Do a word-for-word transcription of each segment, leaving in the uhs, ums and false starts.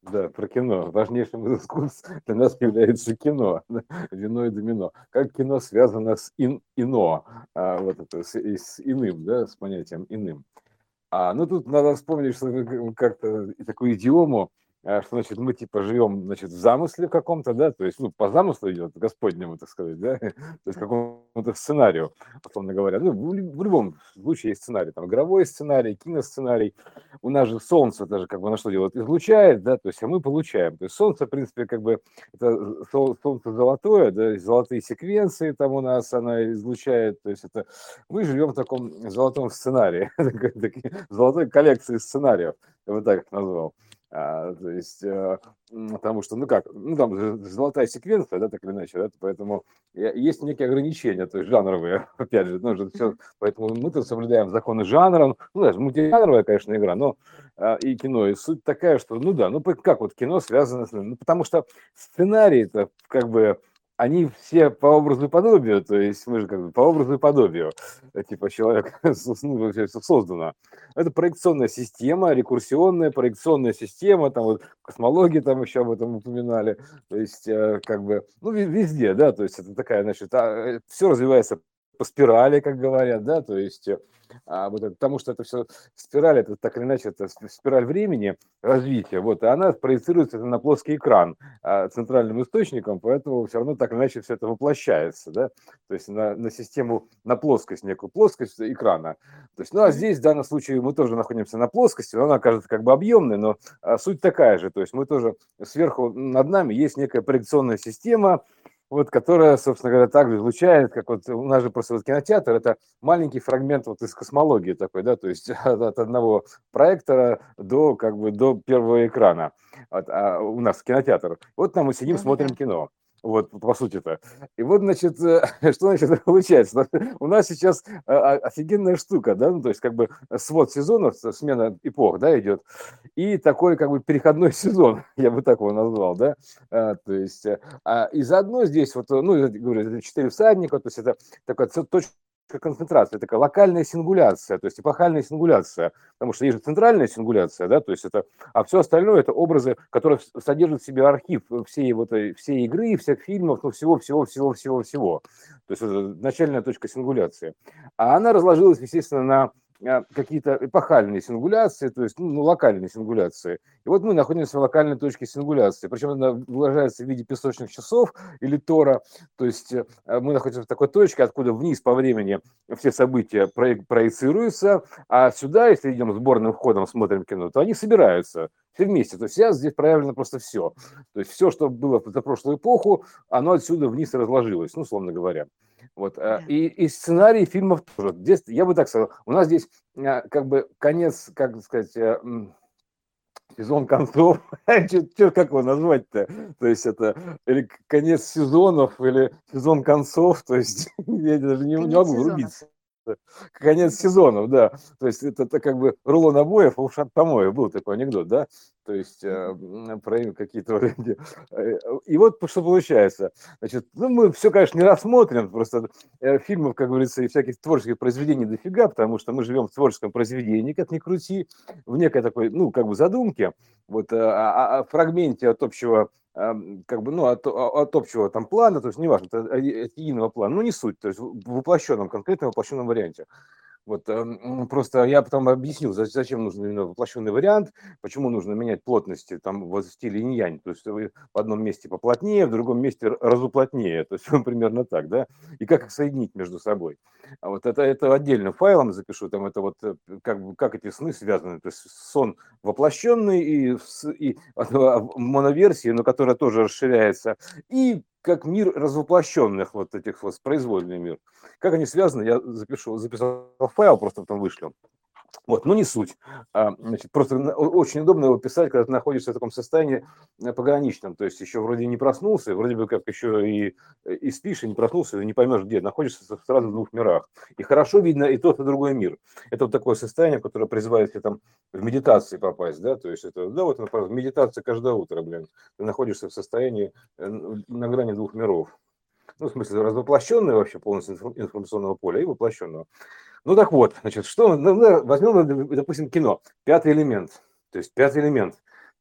Да, про кино. Важнейшим из искусств для нас является кино, да, вино и домино. Как кино связано с ин ино, а, вот это, с и с иным, да, с понятием иным. А, ну, тут надо вспомнить, что как как-то и такую идиому, а, что, значит, мы типа живем, значит, в замысле каком-то, да, то есть, ну, по замыслу идет, Господнему, так сказать, да, то есть Да. какому-то сценарию, условно говоря. Ну, в лю в любом случае есть сценарий, там игровой сценарий, киносценарий. У нас же Солнце даже как бы на что делает? Излучает, да, то есть, а мы получаем. То есть Солнце, в принципе, как бы это сол Солнце золотое, да, и золотые секвенции там у нас она излучает, то есть это мы живем в таком золотом сценарии, такой таки золотой коллекции сценариев, я бы так их назвал. А, то есть, э, м, потому что, ну как, ну там же золотая секвенция, да, так или иначе, да, поэтому я есть некие ограничения, то есть жанровые, опять же, ну же всё, Мгм. поэтому мы тут соблюдаем законы жанра. Ну, знаешь, мультижанровая, конечно, игра, но, а, и кино, и суть такая, что, ну да, ну п как вот кино связано с ну, потому что сценарии-то как бы они все по образу и подобию, то есть мы же как бы по образу и подобию, э, типа человек с ну, вообще всё создано. Это проекционная система, рекурсионная проекционная система, там вот космология там еще об этом упоминали. То есть, э, как бы, ну, ви везде, да, то есть это такая, значит, а, э, всё развивается по спирали, как говорят, да, то есть, э, а, вот это, потому что это всё спираль, это так или иначе, это сп спираль времени развития, вот, и она проецируется на плоский экран, а, центральным источником, поэтому всё равно так или иначе всё это воплощается, да, то есть на на систему, на плоскость, некую плоскость экрана. То есть, ну, а Мгм. здесь в данном случае мы тоже находимся на плоскости, но она кажется как бы объемной, но, а, суть такая же, то есть мы тоже сверху над нами есть некая проекционная система, вот, которая, собственно говоря, также излучает, как вот у нас же просто вот кинотеатр- это маленький фрагмент вот из космологии такой, да, то есть от от одного проектора до как бы до первого экрана. Вот, а у нас кинотеатр. Вот там мы сидим, смотрим Да-да-да. кино. Вот по сути-то. И вот, значит, э, что значит получается? У нас сейчас, а, а, офигенная штука, да, ну, то есть как бы свод сезонов, с смена эпох, да, идет, и такой как бы переходной сезон, я бы так его назвал, да. А, то есть, а, и заодно здесь вот, ну, я говорю, это четыре всадника, то есть это такая ц точка концентрации, такая локальная сингуляция, то есть эпохальная сингуляция, потому что есть же центральная сингуляция, да, то есть это, а всё остальное- это образы, которые с содержат в себе архив всей вот этой всей игры, всех фильмов, ну, всего всего всего всего всего. То есть это начальная точка сингуляции. А она разложилась, естественно, на, а, какие-то эпохальные сингуляции, то есть, ну, локальные сингуляции. И вот мы находимся в локальной точке сингуляции, причем она выражается в виде песочных часов или тора, то есть, э, мы находимся в такой точке, откуда вниз по времени все события проек проецируются, а сюда, если идем сборным ходом, смотрим кино, то они собираются все вместе. То есть сейчас здесь проявлено просто всё. То есть всё, что было в позапрошлую эпоху, оно отсюда вниз и разложилось, ну, условно говоря. Вот, а, Да. и и сценарии фильмов тоже. Здесь, я бы так сказал, у нас здесь, а, как бы конец, как сказать, э, м, сезон концов, чё чё как его назвать-то? То есть это или к конец сезонов, или сезон концов, то есть я даже не не Конец могу сезонов. врубиться. Конец Да. сезонов, да. То есть это это как бы рулон обоев, а ушат помоев. Был такой анекдот, да. То есть, э, Мгм. м, про какие-то вот эти, э, и вот что получается. Значит, ну, мы всё, конечно, не рассмотрим, просто, э, фильмов, как говорится, и всяких творческих произведений дофига, потому что мы живем в творческом произведении, как ни крути, в некой такой, ну, как бы задумке, вот, а, а, а, фрагменте от общего, ам, как бы, ну, от от общего там плана, то есть неважно, от от единого плана, ну, не суть, то есть в воплощенном, конкретно воплощенном варианте. Вот, м, просто я потом объяснил, за зачем нужен именно воплощенный вариант, почему нужно менять плотности там вот в стиле инь-янь, то есть вы в одном месте поплотнее, в другом месте р разуплотнее, то есть ну, примерно так, да, и как их соединить между собой. А вот это это отдельным файлом запишу, там это вот, э, как бы как эти сны связаны, то есть сон воплощенный и с и в моноверсии, но которая тоже расширяется, и как мир развоплощенных вот этих вот, произвольный мир. Как они связаны, я запишу, записал файл, просто потом вышлю. Вот, но не суть. А, значит, просто н о очень удобно его писать, когда ты находишься в таком состоянии, э, пограничном, то есть еще вроде не проснулся, вроде бы как еще и и спишь, и не проснулся, и не поймешь где. Находишься сразу в двух мирах. И хорошо видно и тот, и другой мир. Это вот такое состояние, которое призывает тебя там в медитации попасть, да, то есть это, да, вот медитация каждое утро, блин. Ты находишься в состоянии, э, на грани двух миров. Ну, в смысле, развоплощенного вообще полностью инфо информационного поля и воплощенного. Ну так вот, значит, что, ну, возьмем, допустим, кино "Пятый элемент", то есть "Пятый элемент".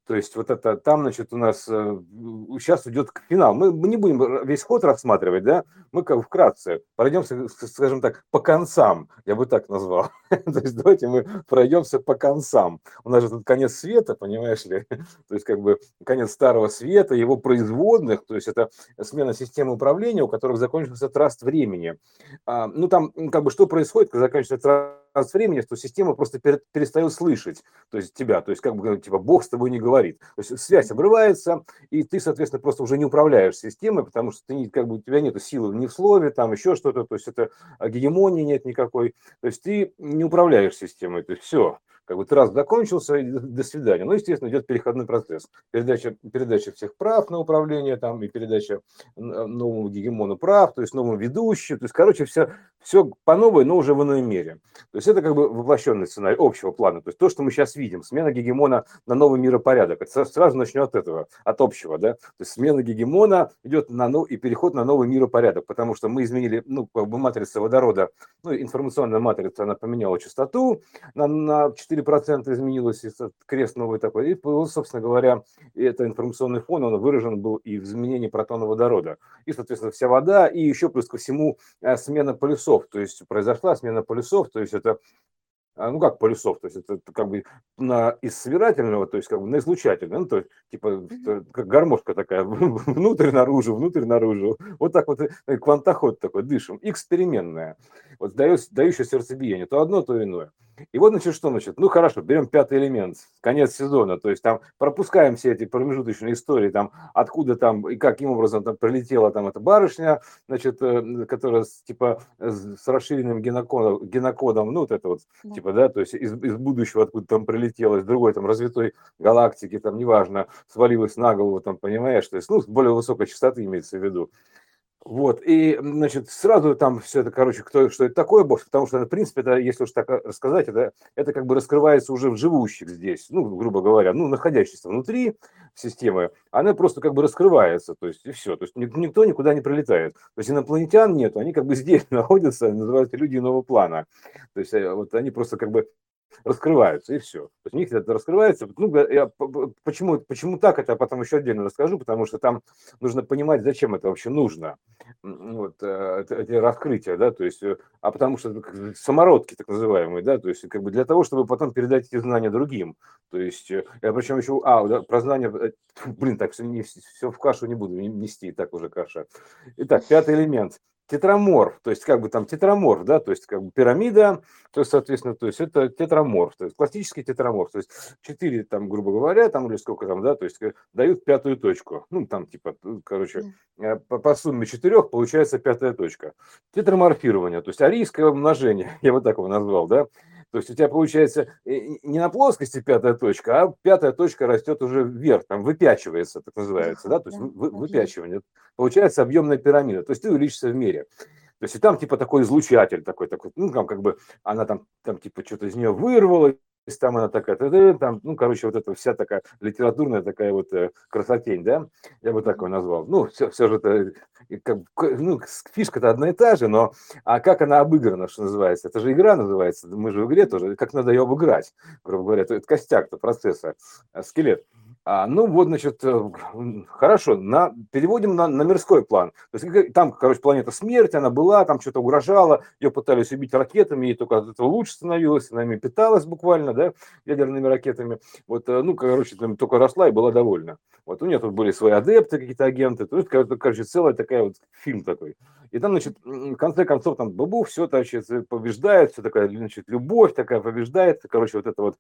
То есть вот это там, значит, у нас сейчас идет к финалу. Мы, мы не будем весь ход рассматривать, да, мы как вкратце пройдемся, скажем так, по концам, я бы так назвал. То есть давайте мы пройдемся по концам. У нас же тут конец света, понимаешь ли? То есть как бы конец Старого Света, его производных, то есть это смена системы управления, у которых закончился траст времени. А, ну там как бы что происходит, когда заканчивается траст времени, что система просто перестает слышать, то есть тебя, то есть как бы типа Бог с тобой не говорит. То есть связь обрывается, и ты, соответственно, просто уже не управляешь системой, потому что ты не, как бы, у тебя нет силы ни в слове, там еще что-то, то есть это гегемонии нет никакой, то есть ты не управляешь системой, то есть все. Как бы траст закончился, и до свидания. Ну, естественно, идет переходной процесс. Передача, передача всех прав на управление, там, и передача новому гегемону прав, то есть новому ведущему. То есть, короче, все, все по новой, но уже в иной мере. То есть это как бы воплощенный сценарий общего плана. То есть то, что мы сейчас видим, смена гегемона на новый миропорядок. Это сразу начнем от этого, от общего. Да? То есть смена гегемона идет на нов... и переход на новый миропорядок, потому что мы изменили, ну, как бы матрица водорода, ну, информационная матрица, она поменяла частоту на, на четыре процента изменилась, крест новый такой. И, собственно говоря, это информационный фон, он выражен был и в изменении протона водорода. И, соответственно, вся вода, и еще плюс ко всему смена полюсов. То есть произошла смена полюсов, то есть это, ну как полюсов, то есть это как бы на из собирательного, то есть как бы на излучательное, ну то есть типа как гармошка такая, внутрь наружу, внутрь наружу, вот так вот квантоход такой, дышим, X переменная, вот дающая сердцебиение, то одно, то иное. И вот, значит, что, значит, ну хорошо, берем пятый элемент, конец сезона, то есть там пропускаем все эти промежуточные истории, там откуда там и каким образом там прилетела там эта барышня, значит, которая типа с расширенным генокодом, генокодом, ну вот это вот, да. Типа, да, то есть из, из будущего откуда там прилетела, из другой там развитой галактики, там неважно, свалилась на голову, там, понимаешь, то есть, ну, более высокой частоты имеется в виду. Вот, и, значит, сразу там все это, короче, кто, что это такое, бог, потому что, в принципе, это, если уж так рассказать, это, это как бы раскрывается уже в живущих здесь, ну, грубо говоря, ну, находящихся внутри системы, она просто как бы раскрывается, то есть, и все, то есть никто никуда не прилетает, то есть инопланетян нет, они как бы здесь находятся, называются люди иного плана, то есть вот они просто как бы раскрываются, и все. То есть у них это раскрывается. Ну, я, почему, почему так, это я потом еще отдельно расскажу, потому что там нужно понимать, зачем это вообще нужно, вот, эти раскрытия, да, то есть, а потому что самородки, так называемые, да, то есть, как бы для того, чтобы потом передать эти знания другим, то есть, я причем еще, а, да, про знания, блин, так, все, не, все в кашу не буду нести, и так уже каша. Итак, пятый элемент. Тетраморф, то есть как бы там тетраморф, да, то есть как бы пирамида, то есть, соответственно, то есть это тетраморф, то есть классический тетраморф, то есть четыре там, грубо говоря, там или сколько там, да, то есть дают пятую точку, ну там типа, короче, по, по сумме четырех получается пятая точка. Тетраморфирование, то есть арийское умножение, я вот так его назвал, да. То есть у тебя получается не на плоскости пятая точка, а пятая точка растет уже вверх, там выпячивается, так называется, да, то есть вы, выпячивание. Получается объемная пирамида, то есть ты увеличишься в мире. То есть и там типа такой излучатель такой, такой, ну там как бы она там, там типа что-то из нее вырвала, там она такая, там, ну, короче, вот эта вся такая литературная такая вот красотень, да, я бы так его назвал. Ну, все, все же это, как, ну, фишка-то одна и та же, но а как она обыграна, что называется? Это же игра называется, мы же в игре тоже, как надо ее обыграть, грубо говоря, это, это костяк-то процесса, скелет. А, ну вот, значит, хорошо, на, переводим на, на мирской план. То есть, там, короче, планета смерти, она была, там что-то угрожала, ее пытались убить ракетами, и только от этого лучше становилось, она ими питалась буквально, да, ядерными ракетами. Вот, ну, короче, там только росла и была довольна. Вот у нее тут были свои адепты, какие-то агенты, то есть, короче, целая такая вот фильм такой. И там, значит, в конце концов, там, бабу, все, значит, побеждает, все такая, значит, любовь такая побеждает, короче, вот это вот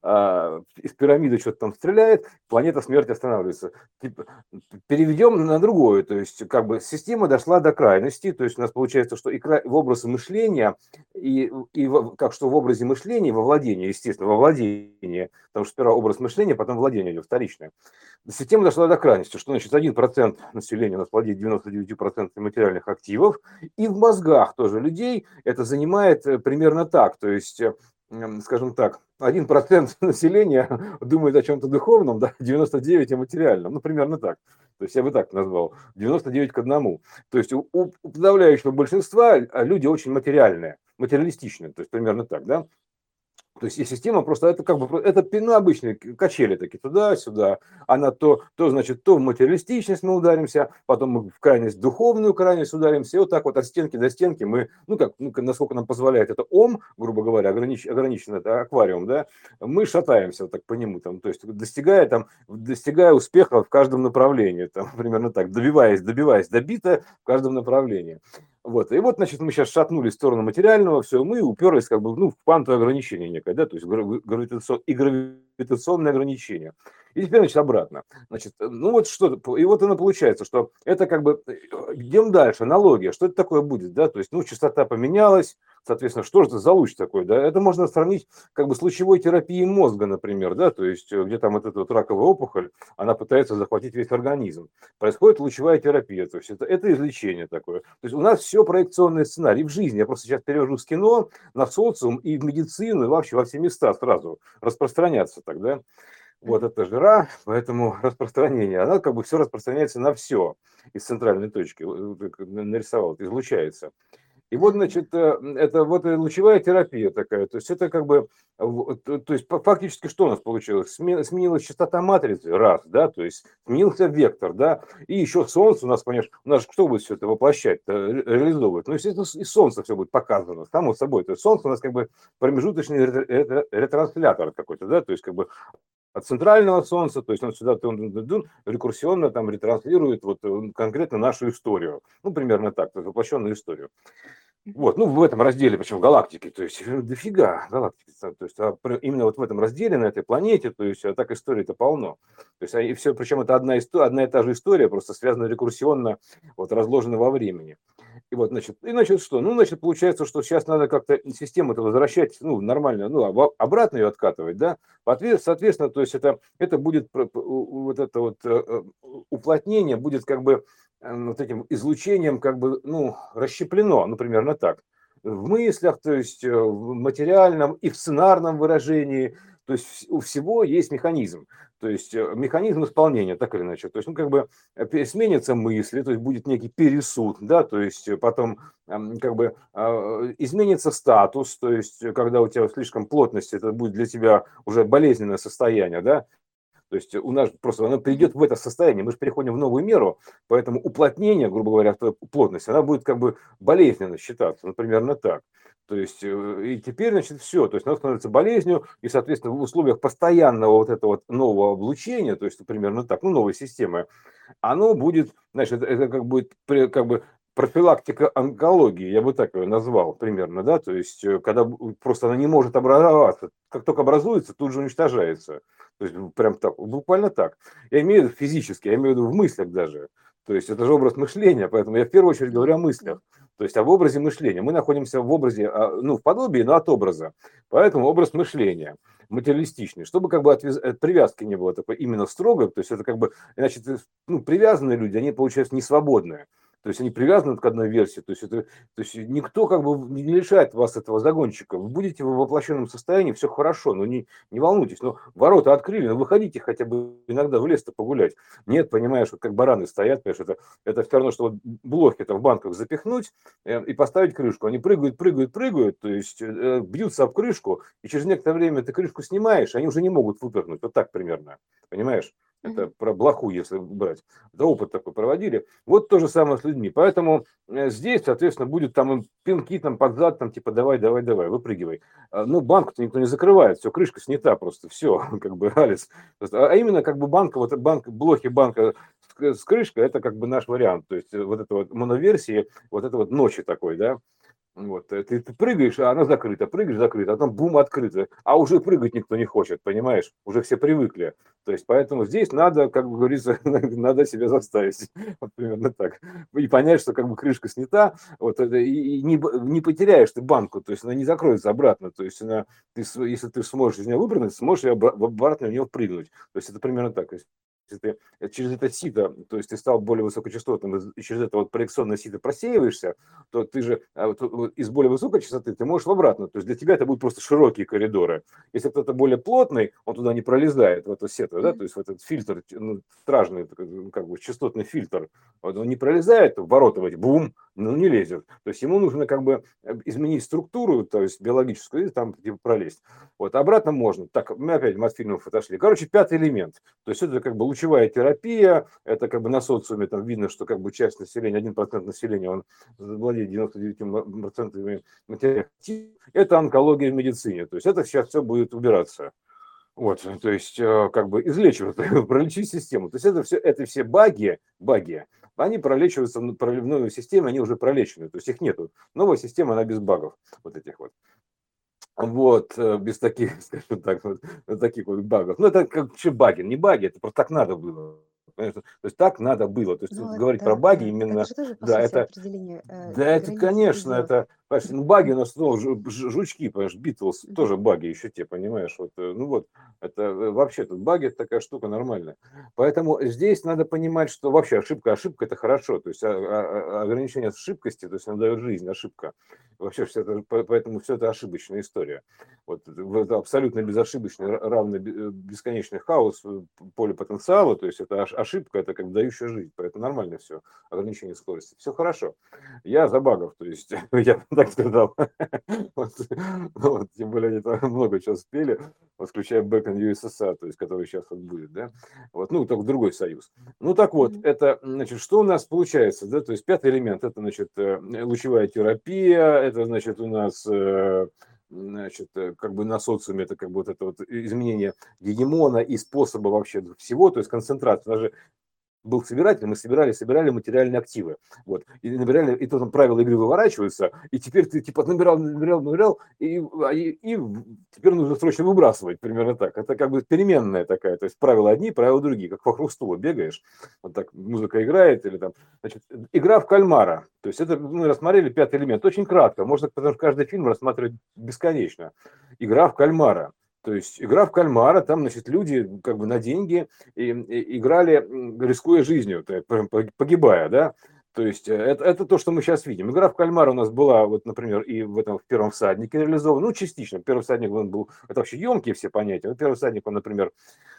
а, из пирамиды что-то там стреляет, планета смерти останавливается. Типа, переведем на другое, то есть как бы система дошла до крайности, то есть у нас получается, что и в образе мышления, и, и в, как что в образе мышления, во владении, естественно, во владении, потому что сперва образ мышления, потом владение идет вторичное. Система дошла до крайности, что значит один процент населения у нас владеет девяносто девять процентов материальных активов, и в мозгах тоже людей это занимает примерно так, то есть, скажем так, один процент населения думает о чем-то духовном, да, девяносто девять процентов о материальном, ну, примерно так. То есть я бы так назвал, девяносто девять к одному. То есть у, у подавляющего большинства люди очень материальные, материалистичные, то есть примерно так, да. То есть и система просто, это как бы, это ну, обычные качели такие, туда-сюда. Она то, то, значит, то в материалистичность мы ударимся, потом мы в крайность духовную крайность ударимся, и вот так вот от стенки до стенки мы, ну как, ну, насколько нам позволяет это ом, грубо говоря, огранич, ограничен это аквариум, да, мы шатаемся вот так по нему, там, то есть достигая, там, достигая успеха в каждом направлении, там, примерно так, добиваясь, добиваясь, добито в каждом направлении. Вот. И вот, значит, мы сейчас шатнули в сторону материального, все, мы уперлись как бы, ну, в квантовое ограничение некое, да, то есть гравитацион, и гравитационное ограничение. И теперь, значит, обратно. Значит, ну вот что, и вот оно получается, что это как бы, идем дальше, аналогия, что это такое будет, да, то есть, ну, частота поменялась, соответственно, что же это за луч такой, да, это можно сравнить как бы с лучевой терапией мозга, например, да, то есть, где там вот эта вот раковая опухоль, она пытается захватить весь организм. Происходит лучевая терапия, то есть, это, это излечение такое. То есть, у нас все проекционный сценарий в жизни. Я просто сейчас перевожу с кино на социум и в медицину, и вообще во все места сразу распространяться тогда. Вот это жира, поэтому распространение, она как бы все распространяется на все из центральной точки, нарисовал, излучается. И вот, значит, это вот лучевая терапия такая, то есть это как бы, то есть фактически что у нас получилось? Сменилась частота матрицы, раз, да, то есть сменился вектор, да, и еще Солнце у нас, конечно, у нас кто будет все это воплощать, реализовывать? Ну, естественно, и Солнце все будет показано, само собой, то есть Солнце у нас как бы промежуточный ретранслятор какой-то, да, то есть как бы от центрального Солнца, то есть он сюда рекурсионно там ретранслирует вот конкретно нашу историю, ну, примерно так, то есть воплощенную историю. Вот, ну, в этом разделе, причем галактики, то есть дофига галактики, то есть а именно вот в этом разделе, на этой планете, то есть а так истории-то полно. То есть, а и все, причем это одна, история, одна и та же история, просто связана рекурсионно, вот разложена во времени. И вот, значит, и значит что? Ну, значит, получается, что сейчас надо как-то систему-то возвращать, ну, нормально, ну, обратно ее откатывать, да. Соответственно, то есть это, это будет, вот это вот уплотнение будет как бы вот этим излучением как бы, ну, расщеплено, ну, примерно так. В мыслях, то есть в материальном и в сценарном выражении, то есть у всего есть механизм. То есть механизм исполнения, так или иначе. То есть, ну, как бы сменятся мысли, то есть будет некий пересуд, да, то есть потом как бы изменится статус, то есть когда у тебя слишком плотность, это будет для тебя уже болезненное состояние, да. То есть у нас просто оно придет в это состояние, мы же переходим в новую меру, поэтому уплотнение, грубо говоря, плотность, она будет как бы болезненно считаться, ну, примерно так. То есть и теперь, значит, все, то есть она становится болезнью, и, соответственно, в условиях постоянного вот этого вот нового облучения, то есть примерно так, ну, новой системы, оно будет, значит, это как будет как бы профилактика онкологии, я бы так ее назвал примерно, да, то есть когда просто она не может образоваться, как только образуется, тут же уничтожается. То есть прям так, буквально так. Я имею в виду физически, я имею в виду в мыслях даже. То есть это же образ мышления, поэтому я в первую очередь говорю о мыслях. То есть об образе мышления. Мы находимся в образе, ну, в подобии, но от образа. Поэтому образ мышления материалистичный, чтобы как бы от привязки не было такой именно строгой, то есть это как бы, значит, ну, привязанные люди, они получаются несвободные. То есть они привязаны к одной версии, то есть, это, то есть никто как бы не лишает вас этого загонщика. Вы будете в воплощенном состоянии, все хорошо, но не, не волнуйтесь. Но ворота открыли, но выходите хотя бы иногда в лес-то погулять. Нет, понимаешь, вот как бараны стоят, понимаешь, это, это все равно, что вот блохи-то в банках запихнуть э, и поставить крышку. Они прыгают, прыгают, прыгают, то есть э, бьются об крышку, и через некоторое время ты крышку снимаешь, они уже не могут выпрыгнуть. Вот так примерно, понимаешь? Это про блоху, если брать. Это опыт такой проводили. Вот то же самое с людьми. Поэтому здесь, соответственно, будет там пинки там под зад, там типа давай, давай, давай, выпрыгивай. Ну, банк-то никто не закрывает, все, крышка снята просто, все, как бы, Алис. А именно как бы банка, вот банк, блохи банка с крышкой, это как бы наш вариант. То есть вот это вот моноверсии, вот это вот ночи такой, да. Вот, ты, ты прыгаешь, а она закрыта, прыгаешь, закрыта, а там бум, открыто, а уже прыгать никто не хочет, понимаешь, уже все привыкли, то есть поэтому здесь надо, как бы говорится, надо себя заставить, вот примерно так, и понять, что как бы крышка снята, вот, и, и не, не потеряешь ты банку, то есть она не закроется обратно, то есть она, ты, если ты сможешь из нее выпрыгнуть, сможешь обратно в нее прыгнуть, то есть это примерно так. Если ты через это сито, то есть ты стал более высокочастотным, и через это вот проекционное сито просеиваешься, то ты же из более высокой частоты ты можешь в обратно. То есть для тебя это будут просто широкие коридоры. Если кто-то более плотный, он туда не пролезает, в это сито, да, то есть в этот фильтр, ну, стражный, как бы частотный фильтр, вот он не пролезает, ворота в эти, бум, ну, не лезет. То есть ему нужно как бы э, изменить структуру, то есть биологическую, и там типа пролезть. Вот, обратно можно. Так, мы опять от фильмов отошли. Короче, пятый элемент. То есть это как бы лучевая терапия, это как бы на социуме там видно, что как бы часть населения, один процент населения, он владеет девяносто девять процентов материальных активов. Это онкология в медицине. То есть это сейчас все будет убираться. Вот, то есть, э, как бы излечивать, пролечить систему. То есть это все, это все баги, баги, они пролечиваются в новой системе, они уже пролечены, то есть их нету. Новая система, она без багов, вот этих вот. Вот, э, без таких, скажем так, вот, вот таких вот багов. Ну, это как вообще баги, не баги, это просто так надо было. Понимаешь? То есть так надо было. То есть Ну, вот говорить про это, баги да, это именно, же тоже, по да, сути, это, определение э, да, это, границ конечно, пределов. это, понимаешь, ну, баги у нас, ну, жу- жу- жучки, понимаешь, Битлз Мгм. тоже баги еще те, понимаешь, вот, э, ну вот, это э, вообще тут баги это такая штука нормальная. Поэтому здесь надо понимать, что вообще ошибка, ошибка это хорошо, то есть а- а- а- ограничение ошибкости, то есть она дает жизнь, ошибка. Вообще все это, по- поэтому все это ошибочная история. Вот в это абсолютно безошибочный, ра- равный бе- э, бесконечный хаос э, поле потенциала, то есть это ош- ошибка, это как дающая жизнь, поэтому нормально все, ограничение скорости, все хорошо. Я за багов, то есть я бы так сказал. Вот, ну вот, тем более они там много чего спели, вот, включая Back in ю эс эс ар, то есть который сейчас вот будет, да, вот, ну, только другой союз. Ну, так вот, Мгм. это, значит, что у нас получается, да, то есть пятый элемент, это, значит, э, лучевая терапия, это, значит, у нас э, значит, э, как бы на социуме это как бы вот это вот изменение гегемона и способа вообще всего, то есть концентрация. Даже был собиратель, мы собирали, собирали материальные активы. Вот. И набирали, и то там правила игры выворачиваются, и теперь ты типа набирал, набирал, набирал, и, а, и, и теперь нужно срочно выбрасывать, примерно так. Это как бы переменная такая, то есть правила одни, правила другие, как вокруг стула бегаешь, вот так музыка играет, или там, значит, игра в кальмара. То есть это мы рассмотрели пятый элемент, очень кратко, можно, потому что каждый фильм рассматривать бесконечно. Игра в кальмара. То есть игра в кальмара, там, значит, люди как бы на деньги и, и играли, рискуя жизнью, то есть прям погибая, да. То есть э, это, это то, что мы сейчас видим. Игра в кальмара у нас была, вот, например, и в этом в первом всаднике реализована. Ну, частично. Первый всадник он был, это вообще емкие все понятия. Но первый всадник, он, например,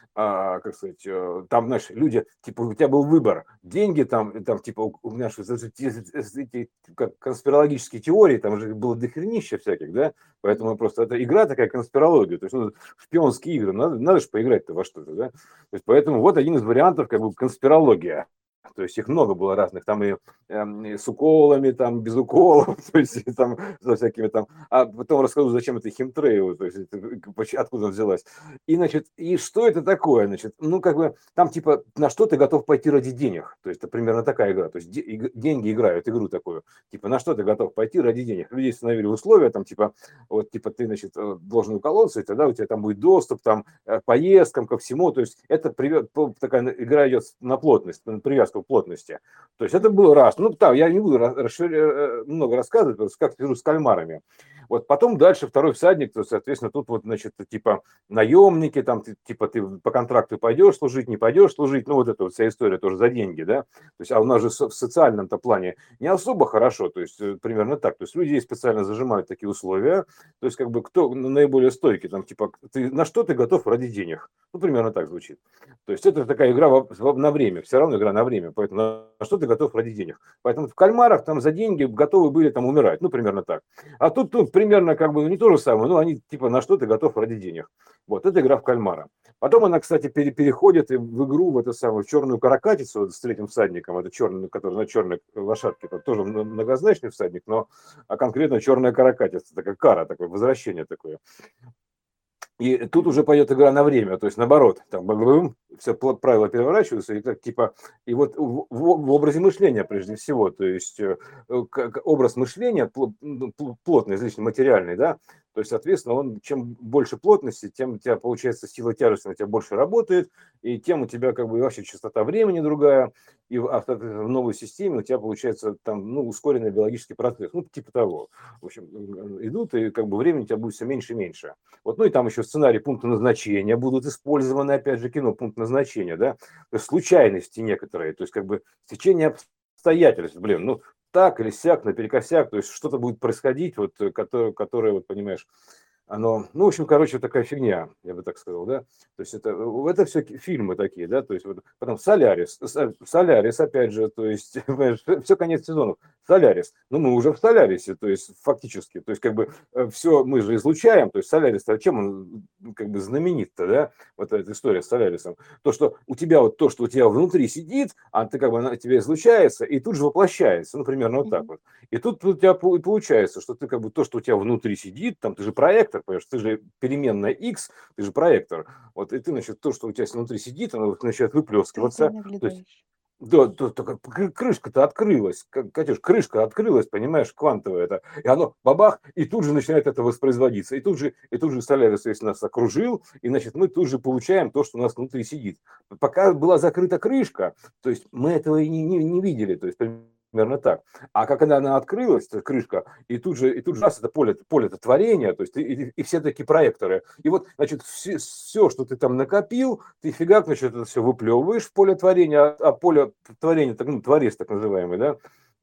а, как сказать, э, там, знаешь, люди, типа, у тебя был выбор, деньги там, там типа, у у меня что, эти, эти, как конспирологические теории, там же было дохренища всяких, да, Мгм. поэтому просто это игра такая конспирология, то есть ну, шпионские игры, надо, надо же поиграть-то во что-то, да, то есть поэтому вот один из вариантов, как бы, конспирология. То есть их много было разных, там и, эм, и с уколами, там без уколов, то есть и там со всякими там. А потом расскажу, зачем это химтрейл, то есть это, поч- откуда взялась. И, значит, и что это такое? Значит, ну, как бы, там, типа, на что ты готов пойти ради денег? То есть, это примерно такая игра. То есть, де- иг- деньги играют игру такую. Типа, на что ты готов пойти ради денег? Людей установили условия, там, типа, вот, типа, ты, значит, э, должен уколоться, и тогда у тебя там будет доступ, там, э, к поездкам, ко всему. То есть, это приве- по- такая игра идет на плотность, на привязку к плотности. То есть, это Мгм. было раз. Ну, да, я не буду ра- расшир- э, много рассказывать, просто как игру с кальмарами. Вот потом дальше второй всадник, то, соответственно, тут вот, значит, типа, наемники, там, ты, типа, ты по контракту пойдешь служить, не пойдешь служить, ну, вот эта вот вся история тоже за деньги, да, то есть, а у нас же в социальном-то плане не особо хорошо, то есть, э, примерно так, то есть, люди специально зажимают такие условия, то есть, как бы, кто наиболее стойкий, там, типа, ты, на что ты готов ради денег, ну, примерно так звучит, то есть, это такая игра в- в- на время, все равно игра на время, поэтому на что ты готов ради денег, поэтому в кальмарах там за деньги готовы были там умирать, ну, примерно так, а тут, тут примерно, как бы, не то же самое, но они, типа, на что ты готов ради денег. Вот, это игра в кальмара. Потом она, кстати, пере- переходит и в игру, в эту самую черную каракатицу вот с третьим всадником, это черный, который на черной лошадке, это тоже мно- многозначный всадник, но а конкретно черная каракатица, такая кара, такое возвращение такое. И тут Мгм. уже пойдет игра на время, то есть наоборот, там все правила переворачиваются, и так типа, и вот в, в- в образе мышления прежде всего, то есть э, как образ мышления пло- ну, пл- плотный, излишне материальный, да, то есть, соответственно, он, чем больше плотности, тем у тебя, получается, сила тяжести на тебя больше работает, и тем у тебя как бы вообще частота времени другая, и в, авто- в новой системе у тебя получается там, ну, ускоренный биологический процесс, ну, типа того. В общем, э, идут, и как бы времени у тебя будет все меньше и меньше. Вот, ну и там еще сценарий пункта назначения будут использованы, опять же, кино пункт назначения, да, то есть случайности некоторые, то есть как бы стечение обстоятельств, блин, ну так или сяк, наперекосяк, то есть что-то будет происходить, вот, э, которое, которое, вот, понимаешь, оно, ну, в общем, короче, такая фигня, я бы так сказал, да. То есть это, э, это все фильмы такие, да, то есть вот, потом Солярис, Со- Солярис, опять же, то есть, все конец сезонов. Солярис. Ну, мы уже в Солярисе, то есть фактически, то есть как бы все мы же излучаем, то есть Солярис, а чем он как бы знаменит-то, да, вот эта история с Солярисом. То, что у тебя вот то, что у тебя внутри сидит, а ты как бы она тебе излучается и тут же воплощается, ну, примерно вот так Мгм. вот. И тут у тебя и получается, что ты как бы то, что у тебя внутри сидит, там ты же проектор, понимаешь, ты же переменная X, ты же проектор, вот, и ты, значит, то, что у тебя внутри сидит, оно вот начинает Ты это выплескиваться, то есть наблюдаешь. да, то, то как кры- крышка-то открылась, как, Катюш, крышка открылась, понимаешь, квантовая это, и оно бабах, и тут же начинает это воспроизводиться, и тут же, и тут же Солярис, если нас окружил, и значит мы тут же получаем то, что у нас внутри сидит. Пока была закрыта крышка, то есть мы этого и не, не, не видели, то есть примерно так. А как она, она открылась, эта крышка, и тут же, и тут же раз это поле, поле это творение, то есть и, и, и все такие проекторы. И вот, значит, все, все, что ты там накопил, ты фигак, значит, это все выплевываешь в поле творения, а, а поле творения, так, ну, творец так называемый, да,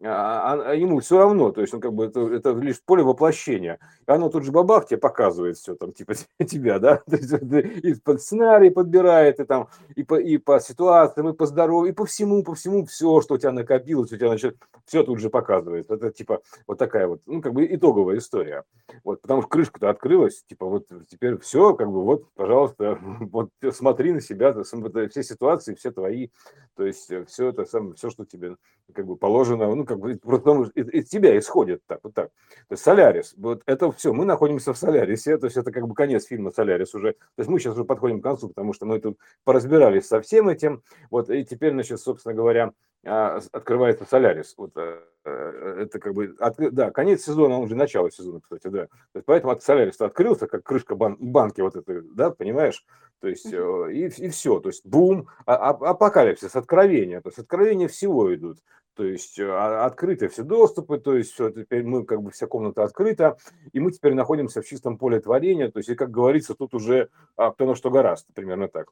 а, а- а ему все равно, то есть он как бы это, это лишь поле воплощения. И оно тут же бабах тебе показывает все там, типа тебя, да, то есть, это и под сценарий подбирает, и там, и по, и по ситуациям, и по здоровью, и по всему, по всему, все, что у тебя накопилось, у тебя, значит, все тут же показывает. Это типа вот такая вот, ну, как бы итоговая история. Вот, потому что крышка-то открылась, типа вот теперь все, как бы вот, пожалуйста, вот смотри на себя, то есть, это все ситуации, все твои, то есть все это самое, все, что тебе как бы положено, ну, как бы потому что из, из тебя исходит так, вот так. То есть Солярис, вот это все, мы находимся в Солярисе, то есть это как бы конец фильма Солярис уже, то есть мы сейчас уже подходим к концу, потому что мы тут поразбирались со всем этим, вот, и теперь, значит, собственно говоря, а, открывается Солярис. Вот, э, э, это как бы, от, да, конец сезона, он уже начало сезона, кстати, да. То есть, поэтому от Солярис открылся, как крышка бан, банки вот этой, да, понимаешь? То есть, Мгм. э, и, и все, то есть, бум, а, а, апокалипсис, откровения, то есть, откровения всего идут. То есть, э, а- открыты все доступы, то есть, все, теперь мы, как бы, вся комната открыта, и мы теперь находимся в чистом поле творения, то есть, и, как говорится, тут уже а, кто на что гораст, примерно так.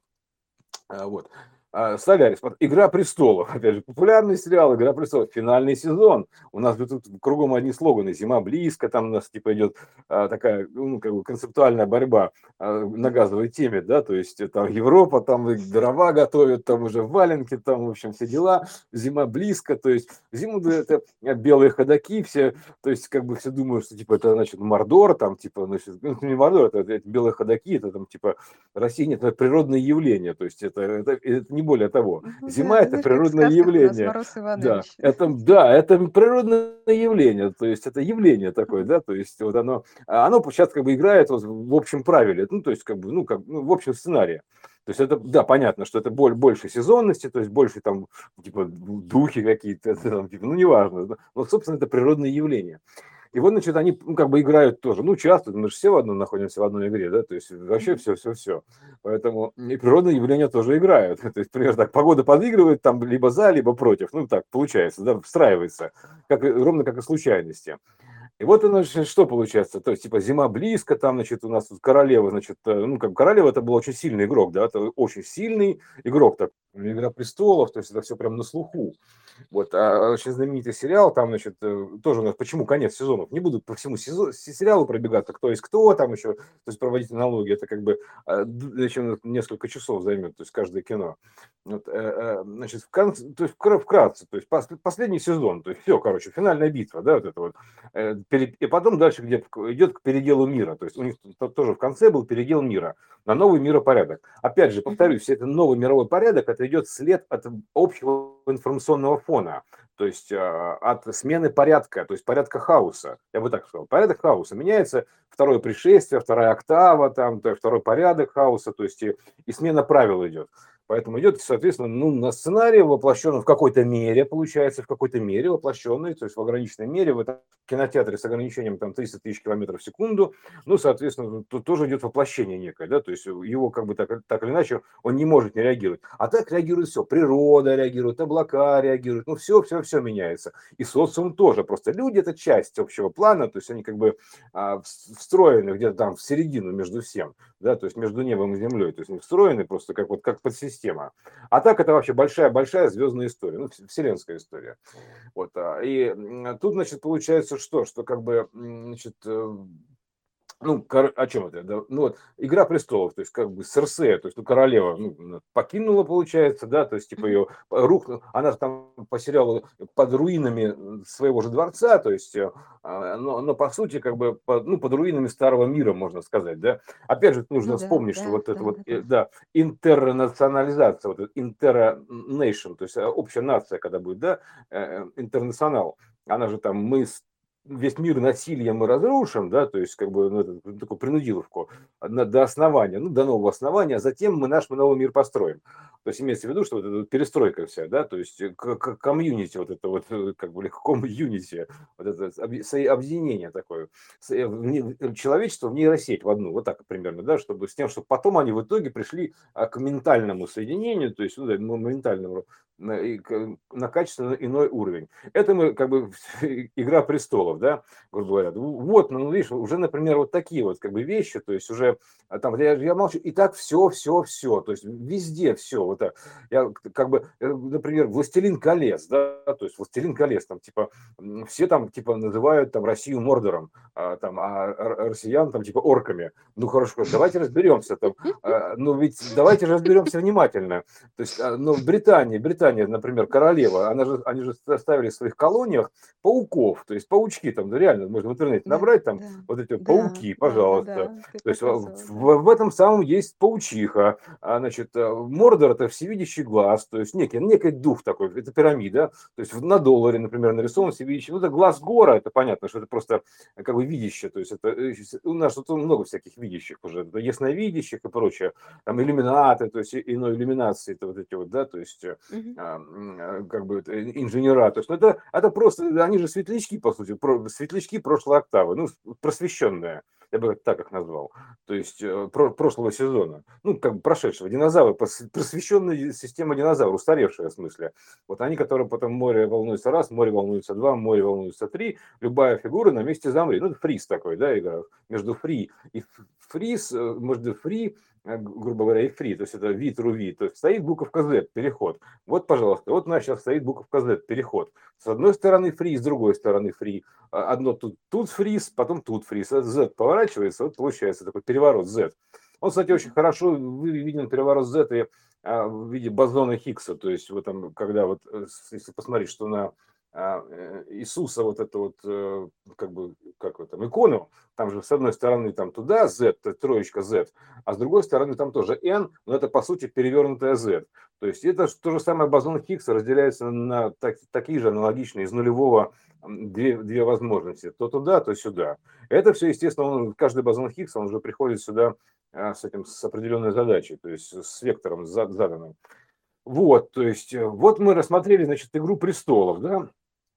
А, Вот. А, Солярис. Вот Игра престолов. Опять же, популярный сериал Игра престолов. Финальный сезон. У нас тут кругом одни слоганы. Зима близко. Там у нас типа идет а, такая, ну, как бы концептуальная борьба а, на газовой теме, да, то есть э, там Европа, там и дрова готовят, там уже валенки, там, в общем, все дела. Зима близко. То есть зиму да, это белые ходаки все, то есть как бы все думают, что типа это значит Мордор, там типа, значит, ну, не Мордор, это, это белые ходаки, это там типа Россия нет, это природное явление, то есть это, это, это не более того. Ну да, Зима ты это знаешь, как в природное сказках у нас явление, Мороз да, Иванович. это, да, это природное явление, то есть это явление такое, Мгм. да, то есть вот оно, а оно сейчас как бы играет вот в общем правиле, ну, то есть как бы, ну, как, ну, в общем сценарии. То есть это, да, понятно, что это боль, больше сезонности, то есть больше там, типа, духи какие-то, это, там, типа, ну, неважно, да. Но, собственно, это природное явление. И вот, значит, они, ну, как бы играют тоже. Ну, часто, мы же все в одном находимся в одной игре, да, то есть вообще Мгм. все-все-все. Поэтому и природные явления тоже играют. То есть, примерно так, погода подыгрывает там либо за, либо против. Ну, так получается, да, встраивается, как, и- ровно как и случайности. И вот оно, значит, что получается, то есть, типа, зима близко, там, значит, у нас тут королева, значит, э, ну, как королева, это был очень сильный игрок, да, это очень сильный игрок, так, Игра престолов, то есть это все прям на слуху. Вот, а очень знаменитый сериал, там, значит, э, тоже у нас, почему конец сезонов, не буду по всему сезо- се- сериалу пробегаться, кто есть кто, там еще, то есть проводить аналогии, это как бы э, д- еще несколько часов займет, то есть каждое кино. Вот, э, э, значит, в конце, то есть вкра- вкратце, то есть пос- последний сезон, то есть все, короче, финальная битва, да, вот это вот. Э, пере- И потом дальше где идет к переделу мира, то есть у них тут тоже в конце был передел мира на новый миропорядок. Опять же, Мгм. повторюсь, это новый мировой порядок, это идет след от общего информационного фона, то есть э, от смены порядка, то есть порядка хаоса, я бы так сказал. Порядок хаоса меняется, второе пришествие, вторая октава, там, то есть второй порядок хаоса, то есть и, и смена правил идет. Поэтому идет, соответственно, ну, на сценарии воплощенном в какой-то мере, получается, в какой-то мере воплощенный, то есть в ограниченной мере, в этом кинотеатре с ограничением там триста тысяч километров в секунду, ну, соответственно, тут тоже идет воплощение некое, да, то есть его как бы так, так или иначе он не может не реагировать. А так реагирует все, природа реагирует, облака реагируют, ну, все, все, все меняется. И социум тоже, просто люди это часть общего плана, то есть они как бы а, встроены где-то там в середину между всем, да, то есть между небом и землей, то есть они встроены просто как вот как подсистема. А так это вообще большая-большая звездная история, ну, вселенская история. Вот, а, и м, тут, значит, получается что, что как бы, м, значит, э, Ну, кор о чем это? Да, ну вот "Игра престолов", то есть как бы Серсея, то есть, ну, королева, ну, н покинула, получается, да, то есть типа Мгм. ее рухну она же там по сериалу под руинами, м, своего же дворца, то есть, э, а, но но по сути как бы под, ну, под руинами старого мира, можно сказать, да. Опять же, Ну нужно да, вспомнить, что да, вот это вот, э, да-да-да. да, интернационализация, вот эта интера nation, то есть, а, общая нация, когда будет, да, э, интернационал. Она же там мы с весь мир насилием мы разрушим, да, то есть как бы, ну, это, ну, такую принудиловку на до основания, ну, до нового основания, а затем мы наш мы новый мир построим. То есть имеется в виду, что вот эта вот перестройка вся, да, то есть, э, к к комьюнити вот это вот, э, как бы комьюнити, вот это объ со объединение такое, с э, в не э, человечество в нейросеть в одну, вот так примерно, да, чтобы с тем, чтобы потом они в итоге пришли, а, к ментальному соединению, то есть, ну да, мо моментальному, на и к на качественно иной уровень. Это мы как бы "Игра престолов", да, грубо говоря. В вот, ну, видишь, уже, например, вот такие вот как бы вещи, то есть уже, а, там я я молчу, и так все, все, все, то есть везде все вот так. Я к как бы, э, например, "Властелин колец", да, то есть "Властелин колец", там типа, м, все там типа называют там Россию Мордором, а, там, а р россиян там типа орками. Ну хорошо, давайте разберемся там, а, ну ведь давайте же разберемся внимательно. То есть, а, ну, Британия, Британия, например, королева, она же, они же ставили в своих колониях пауков, то есть паучки там, ну, реально, можно в интернете Да, набрать там да, вот эти вот да, пауки, пожалуйста. да-да-да, ты То есть в, показывала, да. в- в этом самом есть паучиха, а, значит, э, Мордор это всевидящий глаз, то есть некий, некий дух такой, это пирамида, то есть в- на долларе, например, нарисован всевидящий, ну, это глаз гора, это понятно, что это просто э, как бы видящее, то есть это, э, с- у нас тут много всяких видящих уже, это ясновидящих и прочее, там иллюминаты, то есть и- иной иллюминации, это вот эти вот, да, то есть э, Мгм. а, м, э, как бы это, э, инженера, то есть ну, это, это просто, они же светлячки, по сути, про- светлячки прошлой октавы, ну, с- просвещенные, я бы так их назвал, то есть э, про- прошлого сезона, ну, как бы прошедшего, динозавры, прос- просвещенная система динозавров, устаревшая в смысле, вот они, которые потом море волнуется раз, море волнуется два, море волнуется три, любая фигура на месте замри, ну, это фриз такой, да, игра, между фри и ф- фриз, э, между фри, э, г- грубо говоря, и фри, то есть это ви тру ви, то есть стоит буковка Z, переход. Вот, пожалуйста, вот у нас сейчас стоит буковка Z, переход. С одной стороны фри, с другой стороны фри. А, Одно тут, тут фриз, потом тут фриз. А Z поворачивается, вот получается такой переворот Z. Он, кстати, очень Мгм. хорошо вы- виден переворот Z и, а, в виде бозона Хиггса. То есть, вот там, когда вот, э, с- если посмотреть, что на а, э, Иисуса вот это вот, э, как бы, как вот там, икону, там же с одной стороны там туда Z, т- троечка Z, а с другой стороны там тоже N, но это по сути перевернутая Z. То есть это ж то же самое бозон Хиггса разделяется на так- такие же аналогичные из нулевого м, две, две возможности. То туда, то сюда. Это все, естественно, он, каждый бозон Хиггса, он уже приходит сюда а, с этим, с определенной задачей, то есть с вектором зад- заданным. Вот, то есть, э, вот мы рассмотрели, значит, "Игру престолов", да,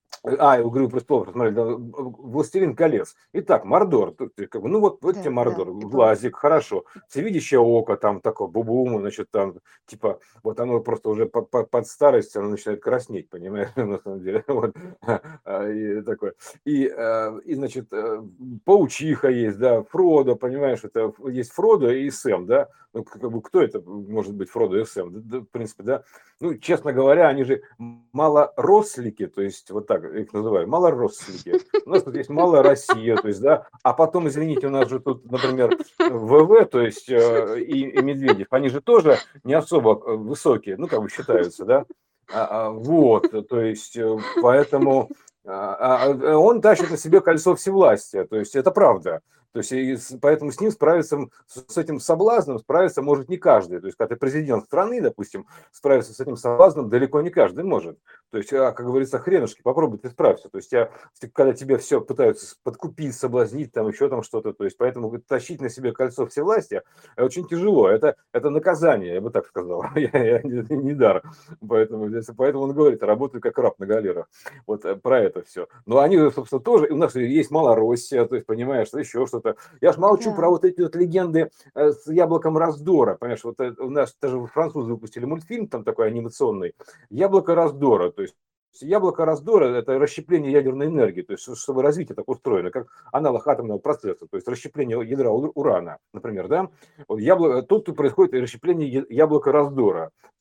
а, "Игру престолов", посмотрели, да, "Властелин колец". Итак, Мордор, тут ты как бы, ну вот, вот Да, тебе да, Мордор, ты прав. глазик, хорошо. Всевидящее око, там такое бу-бум, значит, там, типа, вот оно просто уже по- по- под старость, оно начинает краснеть, понимаешь, на самом деле. Вот. А, и такое. И, э, и, значит, э, паучиха есть, да, Фродо, понимаешь, это есть Фродо и Сэм, да. Ну, как бы, кто это может быть, Фродо и Сэм? Да, да, в принципе, да. Ну, честно говоря, они же малорослики, то есть вот так их называют, малорослики. У нас тут есть малая Россия, то есть, да, а потом, извините, у нас же тут, например, вэ вэ, то есть э, и, и Медведев, они же тоже не особо э, высокие, ну, как бы считаются, да, а, а, вот, то есть, э, поэтому а, а, а он тащит на себе кольцо всевластия, то есть это правда. То есть, и с- поэтому с ним справиться, м, с с этим соблазном справиться может не каждый. То есть, когда ты президент страны, допустим, справиться с этим соблазном далеко не каждый может. То есть, а, как говорится, хренушки, попробуй ты справься. То есть, я, когда тебе все пытаются подкупить, соблазнить, там еще там что-то, то есть, поэтому тащить на себе кольцо всевластия э, очень тяжело. Это, это наказание, я бы так сказал. Я, я не, не дар. Поэтому, здесь- поэтому он говорит, работаю как раб на галерах. Вот э, про это все. Но они, собственно, тоже, у нас есть Малороссия, то есть, понимаешь, еще что-то. Я ж молчу про Да. вот эти вот легенды э, с яблоком раздора. Понимаешь, вот э, у нас даже французы выпустили мультфильм там такой анимационный "Яблоко раздора". То есть яблоко раздора – это расщепление ядерной энергии, то есть чтобы развитие так устроено, как аналог атомного процесса, то есть расщепление ядра урана, например, да. Вот яблоко, тут происходит расщепление яблока раздора.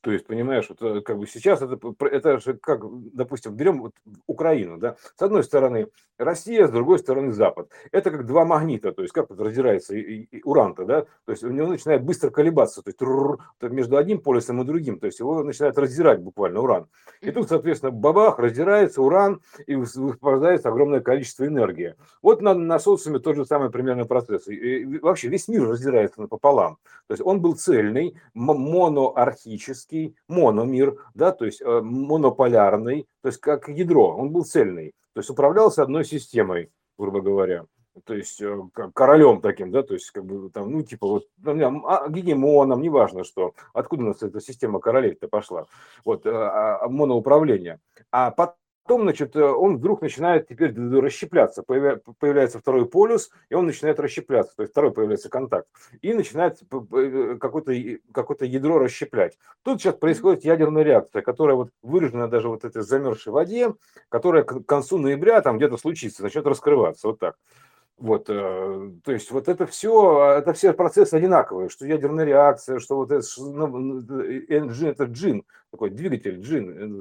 То есть, понимаешь, вот э, как бы сейчас это, п- пр- это же как, допустим, берем вот Украину, да, с одной стороны Россия, с другой стороны Запад. Это как два магнита, то есть как вот раздирается и- и- и уран-то, да, то есть у него начинает быстро колебаться, то есть трррр, то между одним полюсом и другим, то есть его начинает раздирать буквально уран. И тут, соответственно, бабах, раздирается уран, и выс- высвобождается огромное количество энергии. Вот на, на социуме тот же самый примерно процесс. И, и вообще весь мир раздирается напополам. То есть он был цельный, м- моноархический, мономир, да, то есть э, монополярный, то есть как ядро, он был цельный, то есть управлялся одной системой, грубо говоря. То есть э, как королем таким, да, то есть как бы там, ну типа вот ну, не, а, гегемоном, неважно что, откуда у нас эта система королей-то пошла, вот э, а, а, моноуправление. А потом, значит, э, он вдруг начинает теперь расщепляться, появля- появляется второй полюс, и он начинает расщепляться, то есть второй появляется контакт, и начинает п- п- какое-то и- какое-то ядро расщеплять. Тут сейчас происходит ядерная реакция, которая вот выражена даже вот этой замерзшей воде, которая к концу ноября там где-то случится, начнет раскрываться, вот так. Вот, э, то есть вот это все, это все процессы одинаковые, что ядерная реакция, что вот это, ш- ну, ну, э, энджин, это джин, такой двигатель, джин,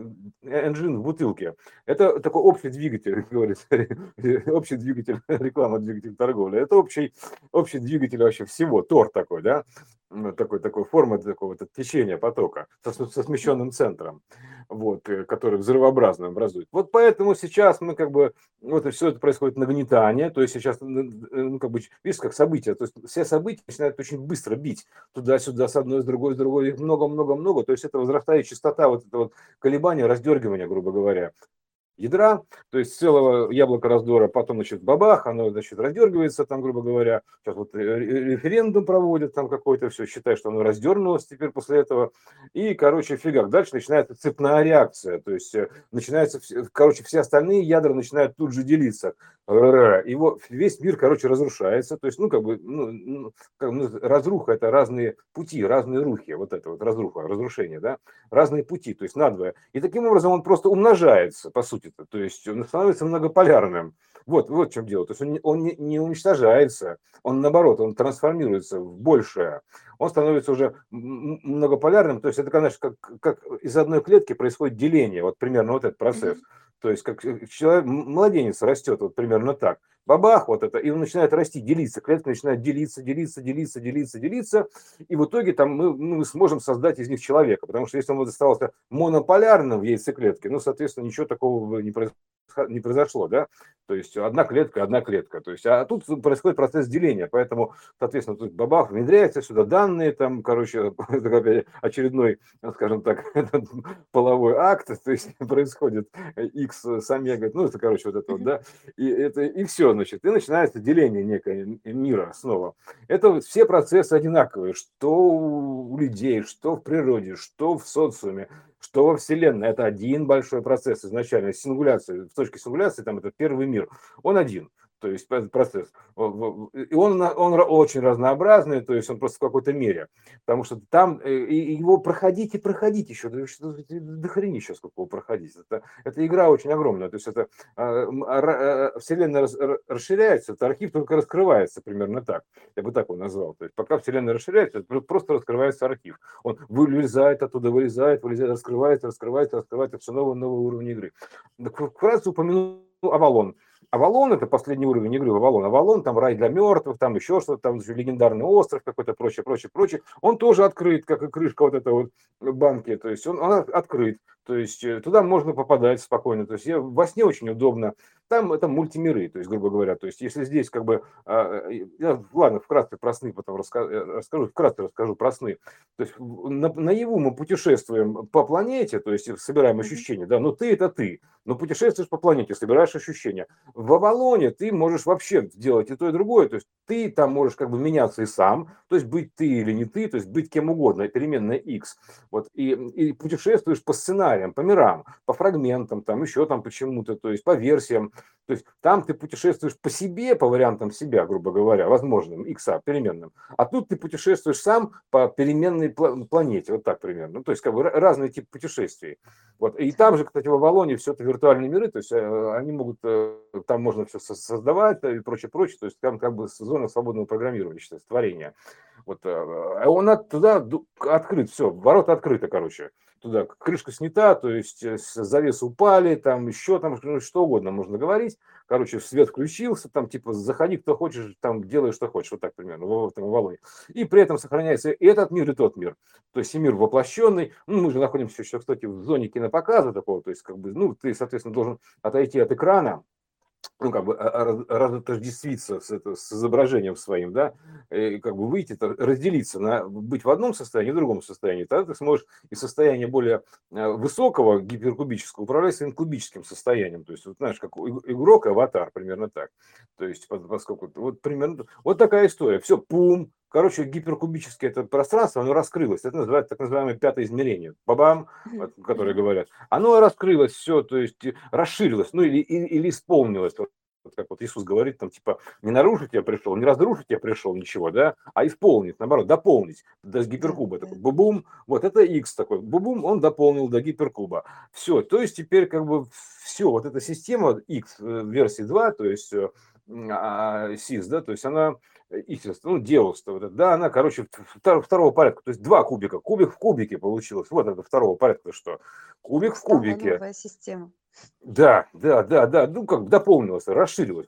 э, энджин в бутылке. Это такой общий двигатель, как говорится, общий двигатель, реклама, двигатель торговли. Это общий, общий двигатель вообще всего, тор такой, да, ну, такой, такой формы такого вот течения потока со, со смещенным центром, вот, э, который взрывообразно образует. Вот поэтому сейчас мы как бы вот и все это происходит нагнетание, то есть сейчас, ну, как бы, видишь, как события, то есть все события начинают очень быстро бить туда-сюда, с одной, с другой, с другой, их много-много-много, то есть это возрастает частота вот этого вот колебания, раздергивания, грубо говоря, ядра, то есть целого яблока раздора, потом, значит, бабах, оно, значит, раздергивается, там, грубо говоря, сейчас вот референдум проводят там какой-то, все, считай, что оно раздернулось теперь после этого, и, короче, фигак, дальше начинается цепная реакция, то есть э, начинается, короче, все остальные ядра начинают тут же делиться, и вот весь мир, короче, разрушается, то есть, ну, как бы, ну, ну, как, ну, разруха, это разные пути, разные рухи, вот это вот разруха, разрушение, да, разные пути, то есть надвое. И таким образом он просто умножается, по сути-то, то есть он становится многополярным. Вот, вот в чем дело. То есть он, не- он не, не уничтожается, он наоборот, он трансформируется в большее. Он становится уже м- м- многополярным, то есть это, конечно, как, как из одной клетки происходит деление, вот примерно вот этот процесс. То есть как э, человек, м- младенец растет вот примерно так. Бабах, вот это, и он начинает расти, делиться, клетка начинает делиться, делиться, делиться, делиться, делиться, и в итоге там мы, мы сможем создать из них человека, потому что если он вот оставался монополярным в яйцеклетке, ну, соответственно, ничего такого бы не произошло, не произошло, да, то есть одна клетка, одна клетка, то есть, а тут происходит процесс деления, поэтому, соответственно, тут бабах, внедряется сюда данные, там, короче, опять очередной, скажем так, половой акт, то есть происходит X с омегой, ну, это, короче, вот это вот, да, и, это, и все, значит, и начинается деление некое мира снова. Это вот все процессы одинаковые, что у людей, что в природе, что в социуме, что во Вселенной. Это один большой процесс изначально. Сингуляция, в точке сингуляции, там это первый мир, он один. То есть этот процесс. И он, он очень разнообразный, то есть он просто в какой-то мере. Потому что там э, и его проходить и проходить еще. До хренища сколько его проходить. Это, это игра очень огромная. То есть это а, а, Вселенная расширяется, это архив только раскрывается примерно так. Я бы так его назвал. То есть пока Вселенная расширяется, просто раскрывается архив. Он вылезает оттуда, вылезает, вылезает, раскрывается, раскрывается, раскрывается, все новый, новый уровень игры. Вкратце упомянул Авалон. Авалон — это последний уровень игры. Авалон. Авалон, там рай для мертвых, там еще что-то, там легендарный остров какой-то, прочее, прочее, прочее. Он тоже открыт, как и крышка вот этой вот банки. То есть он, он открыт. То есть туда можно попадать спокойно. То есть я, во сне очень удобно. Там это мультимиры, то есть, грубо говоря. То есть если здесь как бы... Я, ладно, вкратце про сны потом расскажу. Вкратце расскажу про сны. То есть на, наяву мы путешествуем по планете, то есть собираем ощущения. Да, но ты — это ты. Но путешествуешь по планете, собираешь ощущения. В Авалоне ты можешь вообще делать и то, и другое. То есть ты там можешь как бы меняться и сам, то есть быть ты или не ты, то есть быть кем угодно, переменная X. Вот, и, и путешествуешь по сценариям, по мирам, по фрагментам, там еще там почему-то, то есть по версиям. То есть там ты путешествуешь по себе, по вариантам себя, грубо говоря, возможным, X, переменным. А тут ты путешествуешь сам по переменной планете, вот так примерно. Ну, то есть как бы разные типы путешествий. Вот. И там же, кстати, в Авалоне все это виртуальные миры, то есть э, они могут, э, там можно все создавать и прочее, прочее, то есть там как бы зона свободного программирования, считается, творения. Вот, а он от, туда ду- открыт, все, ворота открыты, короче. Туда крышка снята, то есть э, с- завесы упали, там еще там ну, что угодно можно говорить. Короче, свет включился, там типа заходи, кто хочешь, там делай, что хочешь, вот так примерно, в, этом Авалоне. И при этом сохраняется и этот мир, и тот мир. То есть и мир воплощенный. Ну, мы же находимся еще, кстати, в зоне кинопоказа такого, то есть как бы, ну, ты, соответственно, должен отойти от экрана, ну, как бы а, а, раз- разотождествиться с, это, с изображением своим, да, и как бы выйти, то разделиться, на, быть в одном состоянии, в другом состоянии, тогда ты сможешь из состояния более э, высокого, гиперкубического, управлять своим кубическим состоянием, то есть, вот, знаешь, как у иг- игрок и аватар, примерно так, то есть, по- поскольку, вот примерно, вот такая история, все, пум, короче, гиперкубическое это пространство, оно раскрылось, это называется так называемое пятое измерение, бабам, Мгм. вот, которые Мгм. говорят, оно раскрылось, все, то есть, э, расширилось, ну, или, или, или исполнилось, вот как вот Иисус говорит, там, типа, не нарушить я пришел, не разрушить я пришел, ничего, да, а исполнить, наоборот, дополнить до Да, гиперкуба. да. Такой бубум, вот это X такой, бубум, он дополнил до гиперкуба. Все, то есть теперь как бы все, вот эта система X э, версии два, то есть э, м, а, сис, да, то есть она, э, естественно, ну, Деус, вот это, да, она, короче, втор- второго порядка, то есть два кубика, кубик в кубике получилось, вот это второго порядка, что кубик в Стала кубике, новая система. да, да, да, да, ну как дополнилось, расширилось,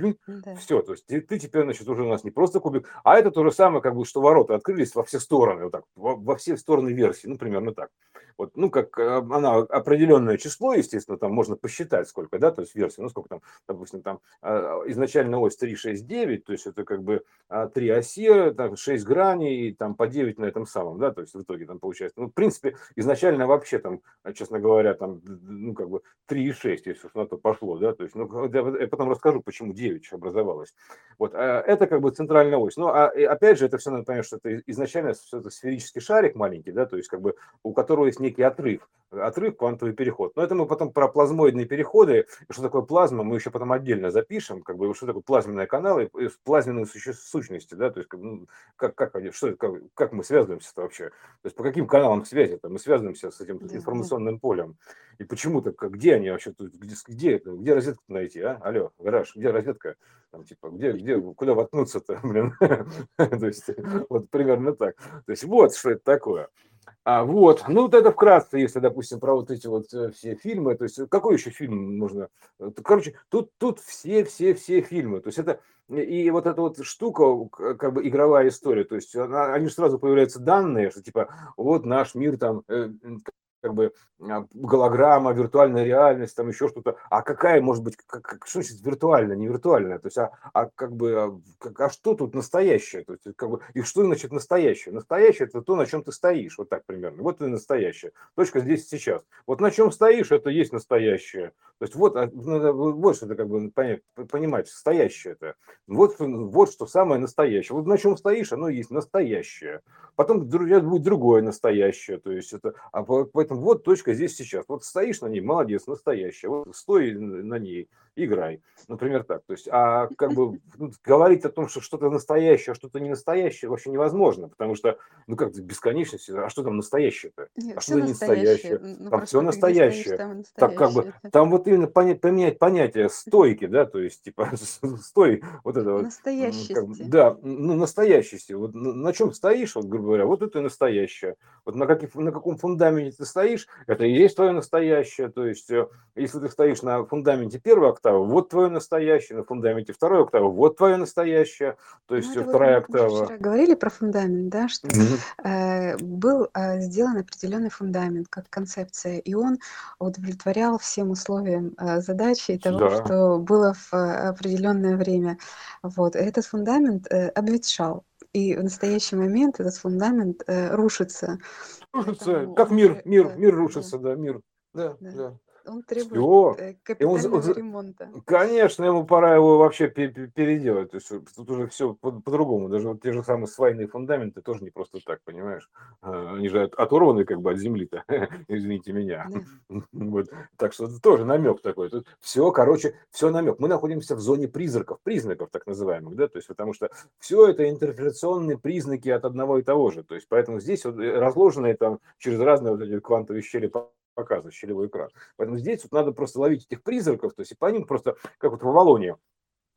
Да. все, то есть ты, ты теперь, значит, уже у нас не просто кубик, а это то же самое, как бы, что ворота открылись во все стороны, вот так, во, во все стороны версии, ну, примерно так. Вот, ну, как э, она определенное число, естественно, там можно посчитать сколько, да, то есть версий, ну, сколько там, допустим, там э, изначально ось три, шесть, девять, то есть это как бы а, три оси, там шесть граней, и там по девять на этом самом, да, то есть в итоге там получается, ну, в принципе, изначально вообще там, честно говоря, там, ну, как бы три и шесть, если уж на то пошло, да, то есть, ну, я я потом расскажу, почему девять образовалось. Вот, а это как бы центральная ось. Ну, а и опять же, это все надо понять, что это изначально всё это сферический шарик маленький, да, то есть как бы у которого есть некий отрыв, отрыв, квантовый переход. Но это мы потом про плазмоидные переходы, и что такое плазма, мы еще потом отдельно запишем, как бы, что такое плазменные каналы, и плазменные суще- сущности, да, то есть как, ну, как, как, они- что, это, как, как мы связываемся вообще, то есть по каким каналам связи-то мы связываемся с этим Да, да. информационным полем. И почему-то, как, где они вообще тут, где, где, это, где розетку найти, а? Алло, гараж, где розетка? Там, типа, где, где, куда воткнуться-то, блин? То есть, вот примерно так. То есть, вот что это такое. А вот, ну вот это вкратце, если, допустим, про вот эти вот э, все фильмы, то есть э, какой еще фильм можно, э, т- короче, тут, тут все, все, все фильмы, то есть это, и и вот эта вот штука, к- как бы игровая история, то есть она- они же сразу появляются данные, что типа вот наш мир там, э, м, как бы а, голограмма, виртуальная реальность, там еще что-то, а какая может быть, как, как- что значит виртуальная, не виртуальная, то есть, а, а как бы, а, как- а что тут настоящее, то есть, как бы, и что значит настоящее? Настоящее это то, на чем ты стоишь, вот так примерно, вот и настоящее, точка здесь и сейчас. Вот на чем стоишь, это есть настоящее. То есть вот, а, надо вот что это как бы понять, понимать, настоящее это. Вот, вот что самое настоящее. Вот на чем стоишь, оно и есть настоящее. Потом дру- будет другое настоящее. То есть это, а по- поэтому вот точка здесь сейчас. Вот стоишь на ней, молодец, настоящее. Вот стой на ней, играй. Например, так. То есть, а как бы ну, говорить о том, что что-то настоящее, а что-то не настоящее, вообще невозможно, потому что, ну как бесконечность, а что там настоящее-то? Не, А все что-то не настоящее. настоящее? Н- Ну Там все просто ты где стоишь, настоящее. там и Так как бы, настоящее. там вот именно поня- поменять понятие стойки, да, то есть, типа, стой, вот это вот, м, как бы, Настоящести. да, ну, настоящести, вот на, на чем стоишь, вот, грубо говоря, вот это и настоящее. Вот на, каких, на каком фундаменте ты стоишь, это и есть твое настоящее, то есть, э, если ты стоишь на фундаменте первой октавы, вот твое настоящее, на фундаменте второй октавы, вот твое настоящее, то Ну, есть э, это вот мы, вторая мы же октава. вчера говорили про фундамент, да, что Мгм. э, был э, сделан определенный фундамент как концепция, и он удовлетворял всем условиям э, задачи и того, Да, что было в э, определенное время. Вот. Этот фундамент э, обветшал, и в настоящий момент этот фундамент э, рушится, рушится, поэтому как он мир, уже, мир, да, мир да, рушится, да, мир, да, да, да. он требует Все. э, И он, за- он капитального за- ремонта. Конечно, ему пора его вообще пе- пе- переделать. То есть вот тут уже все по-другому. Даже вот те же самые свайные фундаменты тоже не просто так, понимаешь? А, Они же от- оторваны как бы от земли-то, извините меня. Да. Вот. Так что это тоже намек такой. Тут все, короче, все намек. Мы находимся в зоне призраков, признаков так называемых, да, то есть потому что все это интерференционные признаки от одного и того же. То есть поэтому здесь вот э, разложенные там через разные вот эти квантовые щели по- показывают, щелевой экран. Поэтому здесь вот надо просто ловить этих призраков, то есть и по ним просто, как вот в Авалоне,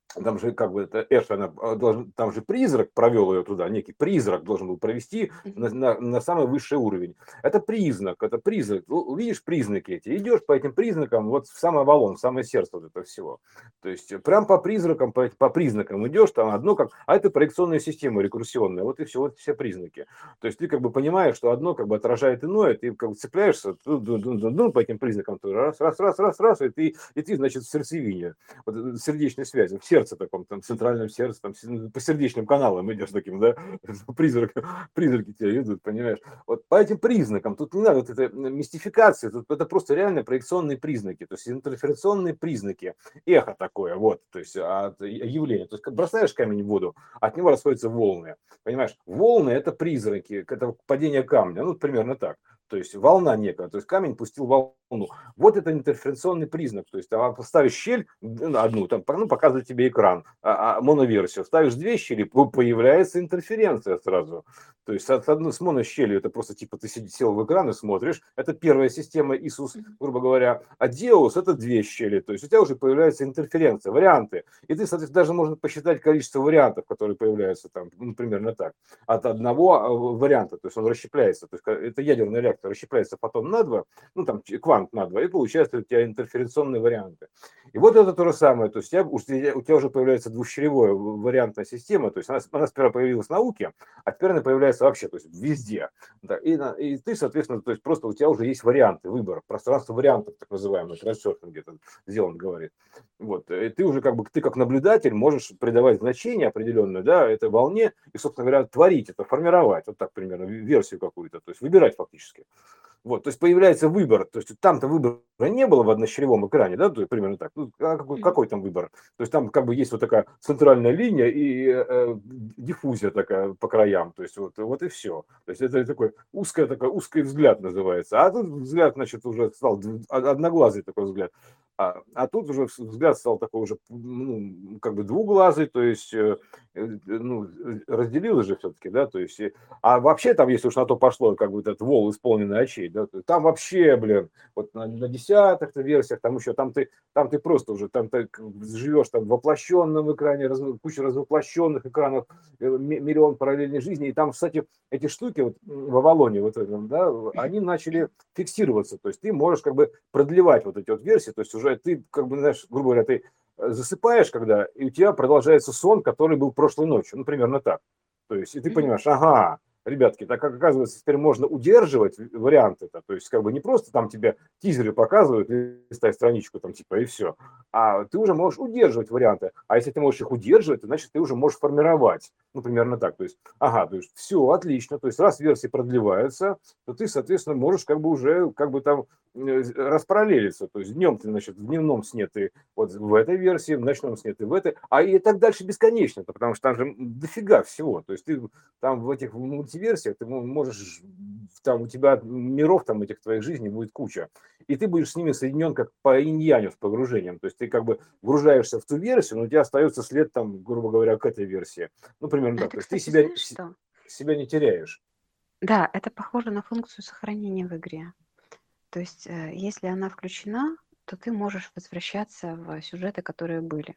Там же как бы это Эш, она а, должен, там же призрак провел ее туда, некий призрак должен был провести на, Мгм. на, на самый высший уровень. Это признак, это признак. Ну, видишь признаки эти, идешь по этим признакам вот в самый Авалон, в самое сердце вот этого всего. То есть э, прям по признакам, по, по признакам идешь, там одно как, а это проекционная система рекурсионная, вот и все, вот все признаки. То есть ты как бы понимаешь, что одно как бы отражает иное, ты как бы цепляешься ну, ну, ну, ну, по этим признакам, то раз, раз, раз, раз, раз, и ты, и ты значит в сердцевине вот, э, сердечной связи, в сердце таком, там, центральном сердце, там, ну, по сердечным каналам идешь таким, да, призрак, призраки тебя идут, понимаешь. Вот по этим признакам, тут не надо вот этой мистификации, тут это просто реально проекционные признаки, то есть интерференционные признаки, эхо такое, вот, то есть от явления. То есть как бросаешь камень в воду, от него расходятся волны, понимаешь. Волны – это призраки, это падение камня, ну, примерно так. То есть волна некая, то есть камень пустил волну. Вот это интерференционный признак. То есть там ставишь щель одну, там, ну, показывает тебе экран, а, а моноверсию. Ставишь две щели, появляется интерференция сразу. То есть с, одной, с монощелью это просто типа ты сел в экран и смотришь. Это первая система Иисус, Мгм. грубо говоря. А Деус это две щели. То есть у тебя уже появляется интерференция, варианты. И ты, соответственно, даже можно посчитать количество вариантов, которые появляются там, ну, примерно так. От одного а, варианта. То есть он расщепляется. То есть это ядерный реактор, расщепляется фотон на два, ну там квант на два, и получается у тебя интерференционные варианты. И вот это то же самое, то есть у тебя, у тебя уже появляется двухщелевая вариантная система, то есть она, она сперва появилась в науке, а теперь она появляется вообще, то есть везде. Да, и, и ты, соответственно, то есть просто у тебя уже есть варианты, выбор, пространство вариантов, так называемое, трансерфинг это Зеланд говорит. Вот, и ты уже как бы, ты как наблюдатель можешь придавать значение определенное, да, этой волне, и, собственно говоря, творить это, формировать, вот так примерно, версию какую-то, то есть выбирать фактически. Вот, то есть появляется выбор, то есть там-то выбора не было в однощелевом экране, да, то есть примерно так. Ну, а какой, Мгм. какой там выбор? То есть там как бы есть вот такая центральная линия и э, диффузия такая по краям, то есть вот, вот и все. То есть это такой узкий, такой узкий взгляд называется. А тут взгляд, значит, уже стал одноглазый такой взгляд. А, а тут уже взгляд стал такой уже, ну, как бы двуглазый, то есть, э, ну, разделилось же все-таки, да, то есть, а вообще там, если уж на то пошло, как бы этот вол исполненный очей, да, там вообще, блин, вот на, на десятых версиях, там еще, там ты, там ты просто уже, там ты живешь там в воплощенном экране, раз, куча развоплощенных экранов, миллион параллельной жизни, и там, кстати, эти штуки вот в Авалоне, вот этом, да, они начали фиксироваться, то есть ты можешь как бы продлевать вот эти вот версии, то есть уже ты, как бы, знаешь, грубо говоря, ты засыпаешь, когда, и у тебя продолжается сон, который был прошлой ночью, ну, примерно так. То есть, и ты Мгм. понимаешь, ага, ребятки, так как оказывается, теперь можно удерживать варианты, -то, то есть как бы не просто там тебе тизеры показывают, листай страничку там типа и все, а ты уже можешь удерживать варианты, а если ты можешь их удерживать, то значит ты уже можешь формировать, ну примерно так, то есть, ага, то есть все отлично, то есть раз версии продлеваются, то ты, соответственно, можешь как бы уже как бы там э, распараллелиться, то есть днем ты, значит, в дневном сне ты вот в этой версии, в ночном сне ты в этой, а и так дальше бесконечно, потому что там же дофига всего, то есть ты там в этих мультиверсиях ты можешь, там у тебя миров там этих твоих жизней будет куча, и ты будешь с ними соединен как по инь-яню с погружением, то есть ты как бы вгружаешься в ту версию, но у тебя остается след там, грубо говоря, к этой версии, ну примерно так, Это, то есть ты кстати, себя, знаешь что? себя не теряешь. Да, это похоже на функцию сохранения в игре. То есть, э, если она включена, то ты можешь возвращаться в сюжеты, которые были.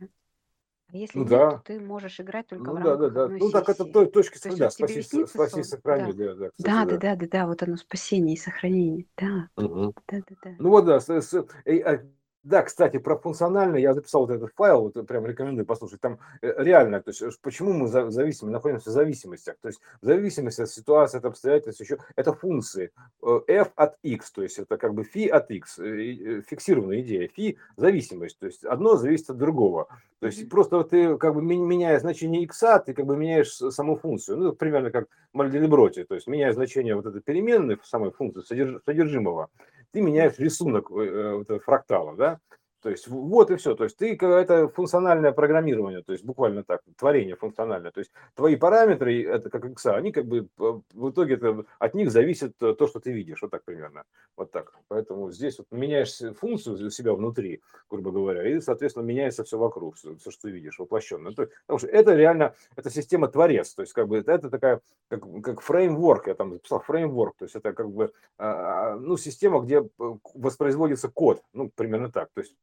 А если Ну нет, то да, ты можешь играть только в ну да, да, рамках да, одной ну так это сессии. той точки, То есть да, вот тебе спаси, снится спаси, сон, сохрани, да. да, да, кстати, Да, да, да. да, да, да, вот оно спасение и сохранение. Да, Мгм. да, да, да. Ну вот да, с- с- э, а, да, кстати, про функционально я записал вот этот файл, вот прям рекомендую послушать. Там э, реально, то есть э, почему мы за- зависимы, находимся в зависимостях. То есть в зависимости от ситуации, от обстоятельств, еще это функции. Э, F от X, то есть это как бы фи от X, э, и, э, фиксированная идея. Фи – зависимость, то есть одно зависит от другого. То есть Мгм. просто вот ты как бы ми- меняя значение X, ты как бы меняешь с- саму функцию. Ну, примерно как в Мальденеброте, то есть меняя значение вот этой переменной, самой функции содерж- содержимого, ты Мгм. меняешь рисунок э, вот этого фрактала, да, то есть вот и все, то есть ты это функциональное программирование, то есть буквально так, творение функциональное, то есть твои параметры, это как икса, они как бы э, в итоге это, от них зависит э, то, что ты видишь, вот так примерно, вот так, поэтому здесь вот меняешь функцию у себя внутри, грубо говоря, и, соответственно, меняется все вокруг, все, все что ты видишь, воплощенно, то, потому что это реально, это система творец, то есть как бы это, это такая, как, как фреймворк, я там записал фреймворк, то есть это как бы а, ну, система, где воспроизводится код, ну, примерно так. То есть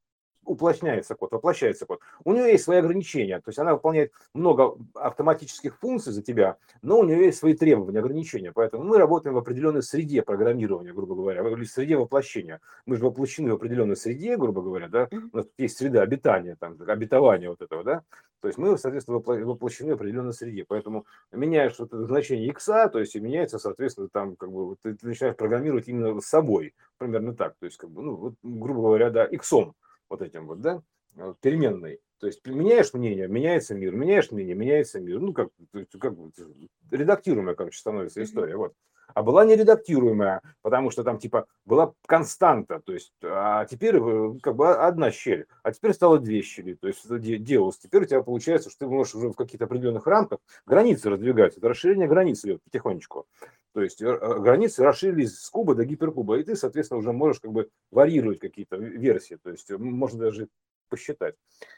уплотняется код, воплощается код. У нее есть свои ограничения, то есть она выполняет много автоматических функций за тебя, но у нее есть свои требования, ограничения. Поэтому мы работаем в определенной среде программирования, грубо говоря, в среде воплощения. Мы же воплощены в определенной среде, грубо говоря, да, у нас есть среда обитания, там, обетования вот этого, да, то есть мы, соответственно, воплощены в определенной среде. Поэтому меняешь вот это значение x, то есть и меняется, соответственно, там, как бы, ты, ты начинаешь программировать именно с собой, примерно так, то есть, как бы, ну, вот, грубо говоря, да, иксом вот этим вот, да, переменной. То есть меняешь мнение, меняется мир, меняешь мнение, меняется мир. Ну, как, как редактируемая, короче, становится история. Вот. А была нередактируемая, потому что там типа была константа, то есть, а теперь как бы одна щель, а теперь стало две щели, то есть это делалось. Теперь у тебя получается, что ты можешь уже в каких-то определенных рамках границы раздвигать, это расширение границ идет потихонечку. То есть границы расширились с куба до гиперкуба, и ты, соответственно, уже можешь как бы варьировать какие-то версии, то есть можно даже посчитать.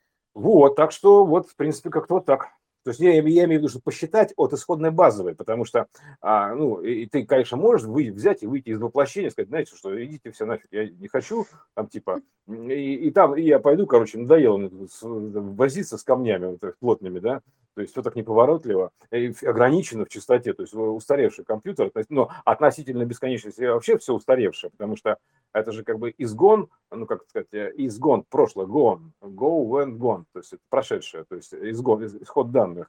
Вот, так что вот, в принципе, как-то вот так. То есть я, я имею в виду, что посчитать от исходной базовой, потому что, а, ну, и ты, конечно, можешь вы, взять и выйти из воплощения, сказать, знаете что, идите все нафиг, я не хочу, там, типа, и, и там, и я пойду, короче, надоело мне возиться с камнями вот, плотными, да, то есть все так неповоротливо, и ограничено в частоте, то есть устаревший компьютер, но относительно бесконечности вообще все устаревшее, потому что это же как бы изгон, ну, как сказать, изгон, прошлое, gone, go, went, gone, то есть это прошедшее, то есть изгон, исход данных.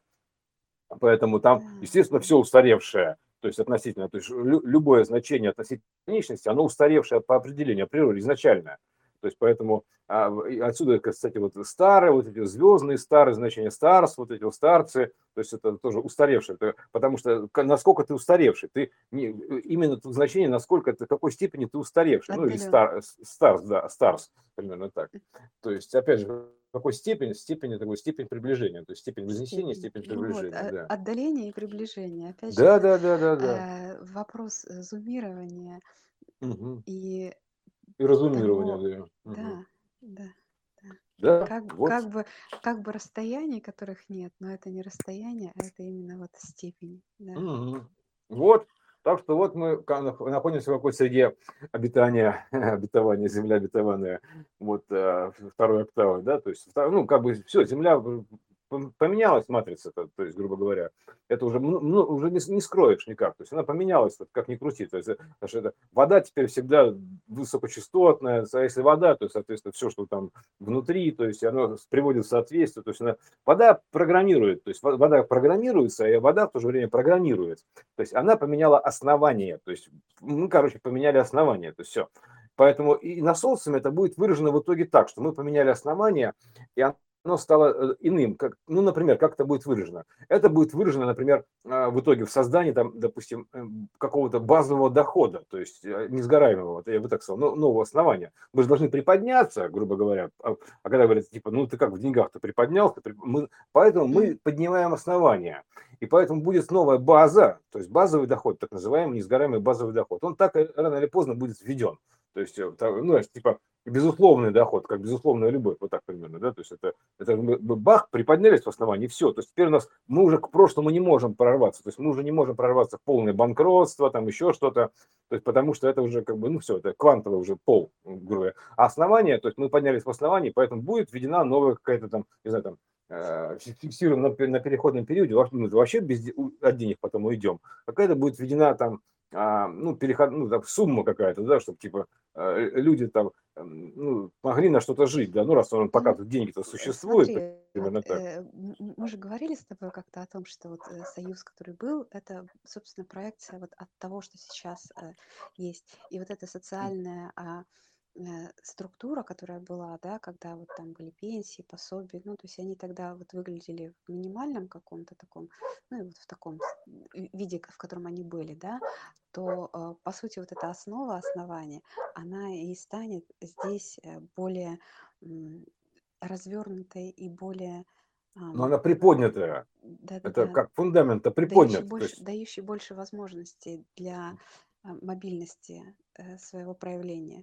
Поэтому там, естественно, все устаревшее, то есть относительно, то есть любое значение относительно конечности, оно устаревшее по определению, природе изначально. То есть поэтому а, отсюда, кстати, вот старые, вот эти звездные старые значения, старс, вот эти вот старцы, то есть это тоже устаревшее, это, потому что насколько ты устаревший, ты не, именно тут значение, насколько ты, в какой степени ты устаревший, ну или стар, старс, да, старс, примерно так. То есть, опять же, в какой степени, степень, такой степень приближения, то есть степень вознесения, степень, степень приближения, вот, да. Отдаление и приближение. Опять да, же, да, да, да, да. Э, вопрос зумирования Угу. и И разумирование, того, да. Угу. да, да, да. Да, Как, вот. как бы, как бы расстояний, которых нет, но это не расстояние, а это именно вот степень, да. Угу. Вот. Так что вот мы находимся в какой среде обитания, обетования, земля обетованная, вот второй октавы, да, то есть, ну, как бы все, земля поменялась, матрица, то, то есть, грубо говоря, это уже, ну, уже не, не скроешь никак, то есть она поменялась, вот, как ни крути, то есть, потому что это, вода теперь всегда высокочастотная, а если вода, то, соответственно, все, что там внутри, то есть, оно приводит в соответствие, то есть, она, вода программирует, то есть, вода программируется, и вода в то же время программирует, то есть, она поменяла основание, то есть, мы, короче, поменяли основание, то есть, все. Поэтому и на социуме это будет выражено в итоге так, что мы поменяли основание, и оно стало иным. Как, ну, например, как это будет выражено? Это будет выражено, например, в итоге в создании, там, допустим, какого-то базового дохода, то есть несгораемого, я бы так сказал, нового основания. Мы же должны приподняться, грубо говоря, а, а когда говорят, типа, ну, ты как в деньгах-то приподнялся, мы, поэтому мы поднимаем основание. И поэтому будет новая база, то есть базовый доход, так называемый несгораемый базовый доход. Он так рано или поздно будет введен. То есть, ну, типа, безусловный доход, как безусловная любовь, вот так примерно, да, то есть это, это мы, бах, приподнялись в основании, все, то есть теперь у нас, мы уже к прошлому не можем прорваться, то есть мы уже не можем прорваться в полное банкротство, там еще что-то, то есть потому что это уже как бы, ну все, это квантовый уже пол, грубо говоря, а основание, то есть мы поднялись в основании, поэтому будет введена новая какая-то там, не знаю, там, фиксируем на, на переходном периоде, вообще без, от денег потом уйдем, какая-то будет введена там, а, ну, переход, ну, там, сумма какая-то, да, чтобы, типа, люди там, ну, могли на что-то жить, да, ну, раз он пока тут деньги-то существуют, Смотри, примерно вот, так. э, мы же говорили с тобой как-то о том, что вот э, союз, который был, это, собственно, проекция вот от того, что сейчас э, есть. И вот эта социальная а, э, структура, которая была, да, когда вот там были пенсии, пособия, ну, то есть они тогда вот выглядели в минимальном каком-то таком, ну, и вот в таком виде, в котором они были, да, то, э, по сути, вот эта основа, основания, она и станет здесь э, более м, развернутой и более, Но ам, она приподнятая, да, да, это да, как фундамент-то дающий приподнят, то больше, есть, дающий больше возможностей для а, мобильности э, своего проявления.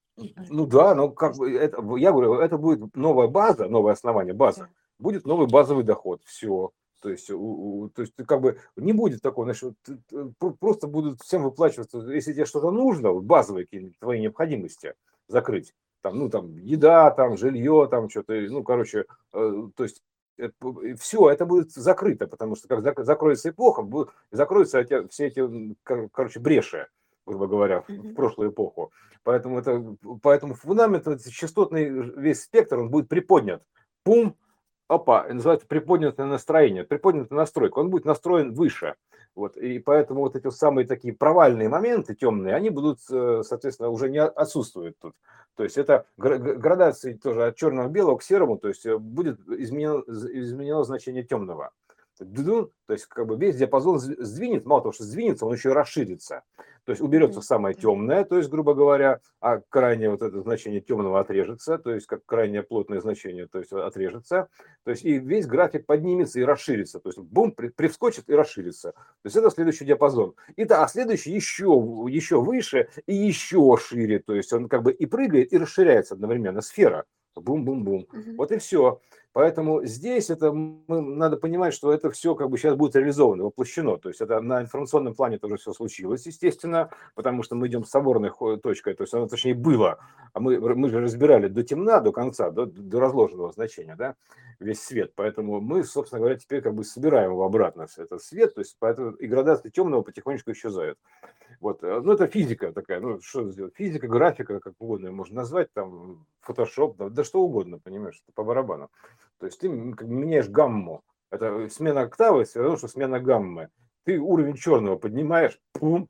ну да, но То как есть, бы, это, я говорю, это будет новая база, новое основание, база, да. будет новый базовый доход, все. То есть, у, у, то есть, как бы не будет такого, значит, просто будут всем выплачиваться, если тебе что-то нужно, вот базовые какие-то твои необходимости закрыть, там, ну, там, еда, там, жилье, там, что-то, ну, короче, э, то есть все, это будет закрыто, потому что как зак- закроется эпоха, будут, закроются эти, все эти, м, кор- короче, бреши, грубо говоря, в, в Мгм. прошлую эпоху. Поэтому, это, поэтому фундамент, этот частотный весь спектр, он будет приподнят. Пум, опа, и называется приподнятое настроение, приподнятая настройка, он будет настроен выше. Вот, и поэтому вот эти вот самые такие провальные моменты темные, они будут, э, соответственно, уже не отсутствуют тут. То есть это гра- г- градации тоже от черного к белому к серому, то есть э, будет изменено, изменено значение темного. Ду-ду, то есть как бы весь диапазон сд- сдвинет, мало того, что сдвинется, он еще и расширится. То есть уберется Мгм. самое Да. темное, то есть, грубо говоря, а крайнее вот это значение темного отрежется, то есть как крайнее плотное значение, то есть отрежется. То есть и весь график поднимется и расширится. То есть бум, при- привскочит и расширится. То есть это следующий диапазон. И да, а следующий еще, еще выше и еще шире. То есть он как бы и прыгает, и расширяется одновременно. Сфера. Бум-бум-бум. Мгм. Вот и все. Поэтому здесь это мы, надо понимать, что это все как бы сейчас будет реализовано, воплощено. То есть это на информационном плане тоже все случилось, естественно, потому что мы идем с соборной хо- точкой, то есть оно точнее было, а мы, мы же разбирали до темна, до конца, до, до разложенного значения, да, весь свет. Поэтому мы, собственно говоря, теперь как бы собираем его обратно, этот свет, то есть поэтому и градация темного потихонечку исчезает. Вот. э, Ну, это физика такая, ну, что сделать? Физика, графика, как угодно ее можно назвать, там, фотошоп, да, да что угодно, понимаешь, это по барабану. То есть ты м, как бы меняешь гамму. Это смена октавы, все равно, что смена гаммы. Ты уровень черного поднимаешь, пум,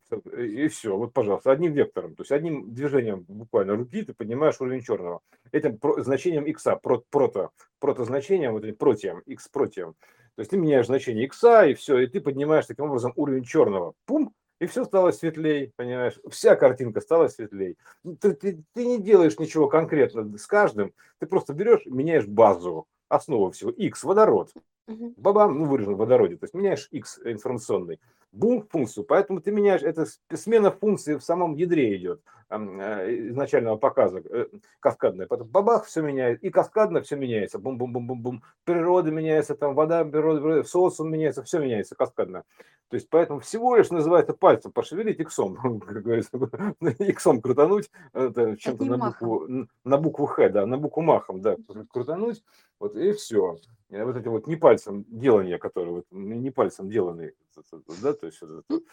и все, вот, пожалуйста, одним вектором, то есть одним движением буквально руки ты поднимаешь уровень черного. Этим про- значением икса, про, прото, прото значением, вот этим протием, x протием. То есть ты меняешь значение икса, и все, и ты поднимаешь таким образом уровень черного. Пум, и все стало светлей, понимаешь? Вся картинка стала светлей. Ну, Ты, ты, ты не делаешь ничего конкретно с каждым, ты просто берешь, меняешь базу, основу всего, X, водород. Мгм. Бабам, ну, выражен в водороде, то есть меняешь X информационный, бум, функцию, поэтому ты меняешь, это смена функции в самом ядре идет, э, изначального показа, э, каскадная, потом бабах, все меняет, и каскадно все меняется, бум-бум-бум-бум-бум, природа меняется, там вода, природа, природа, социум меняется, все меняется каскадно. То есть поэтому всего лишь называется пальцем пошевелить иксом, как говорится, иксом крутануть, это чем-то Одним на махом. букву, на букву Х, да, на букву махом, да, крутануть, вот и все. Э, вот эти вот не пальцем делания, которые вот не пальцем деланные, да, то есть вот, это,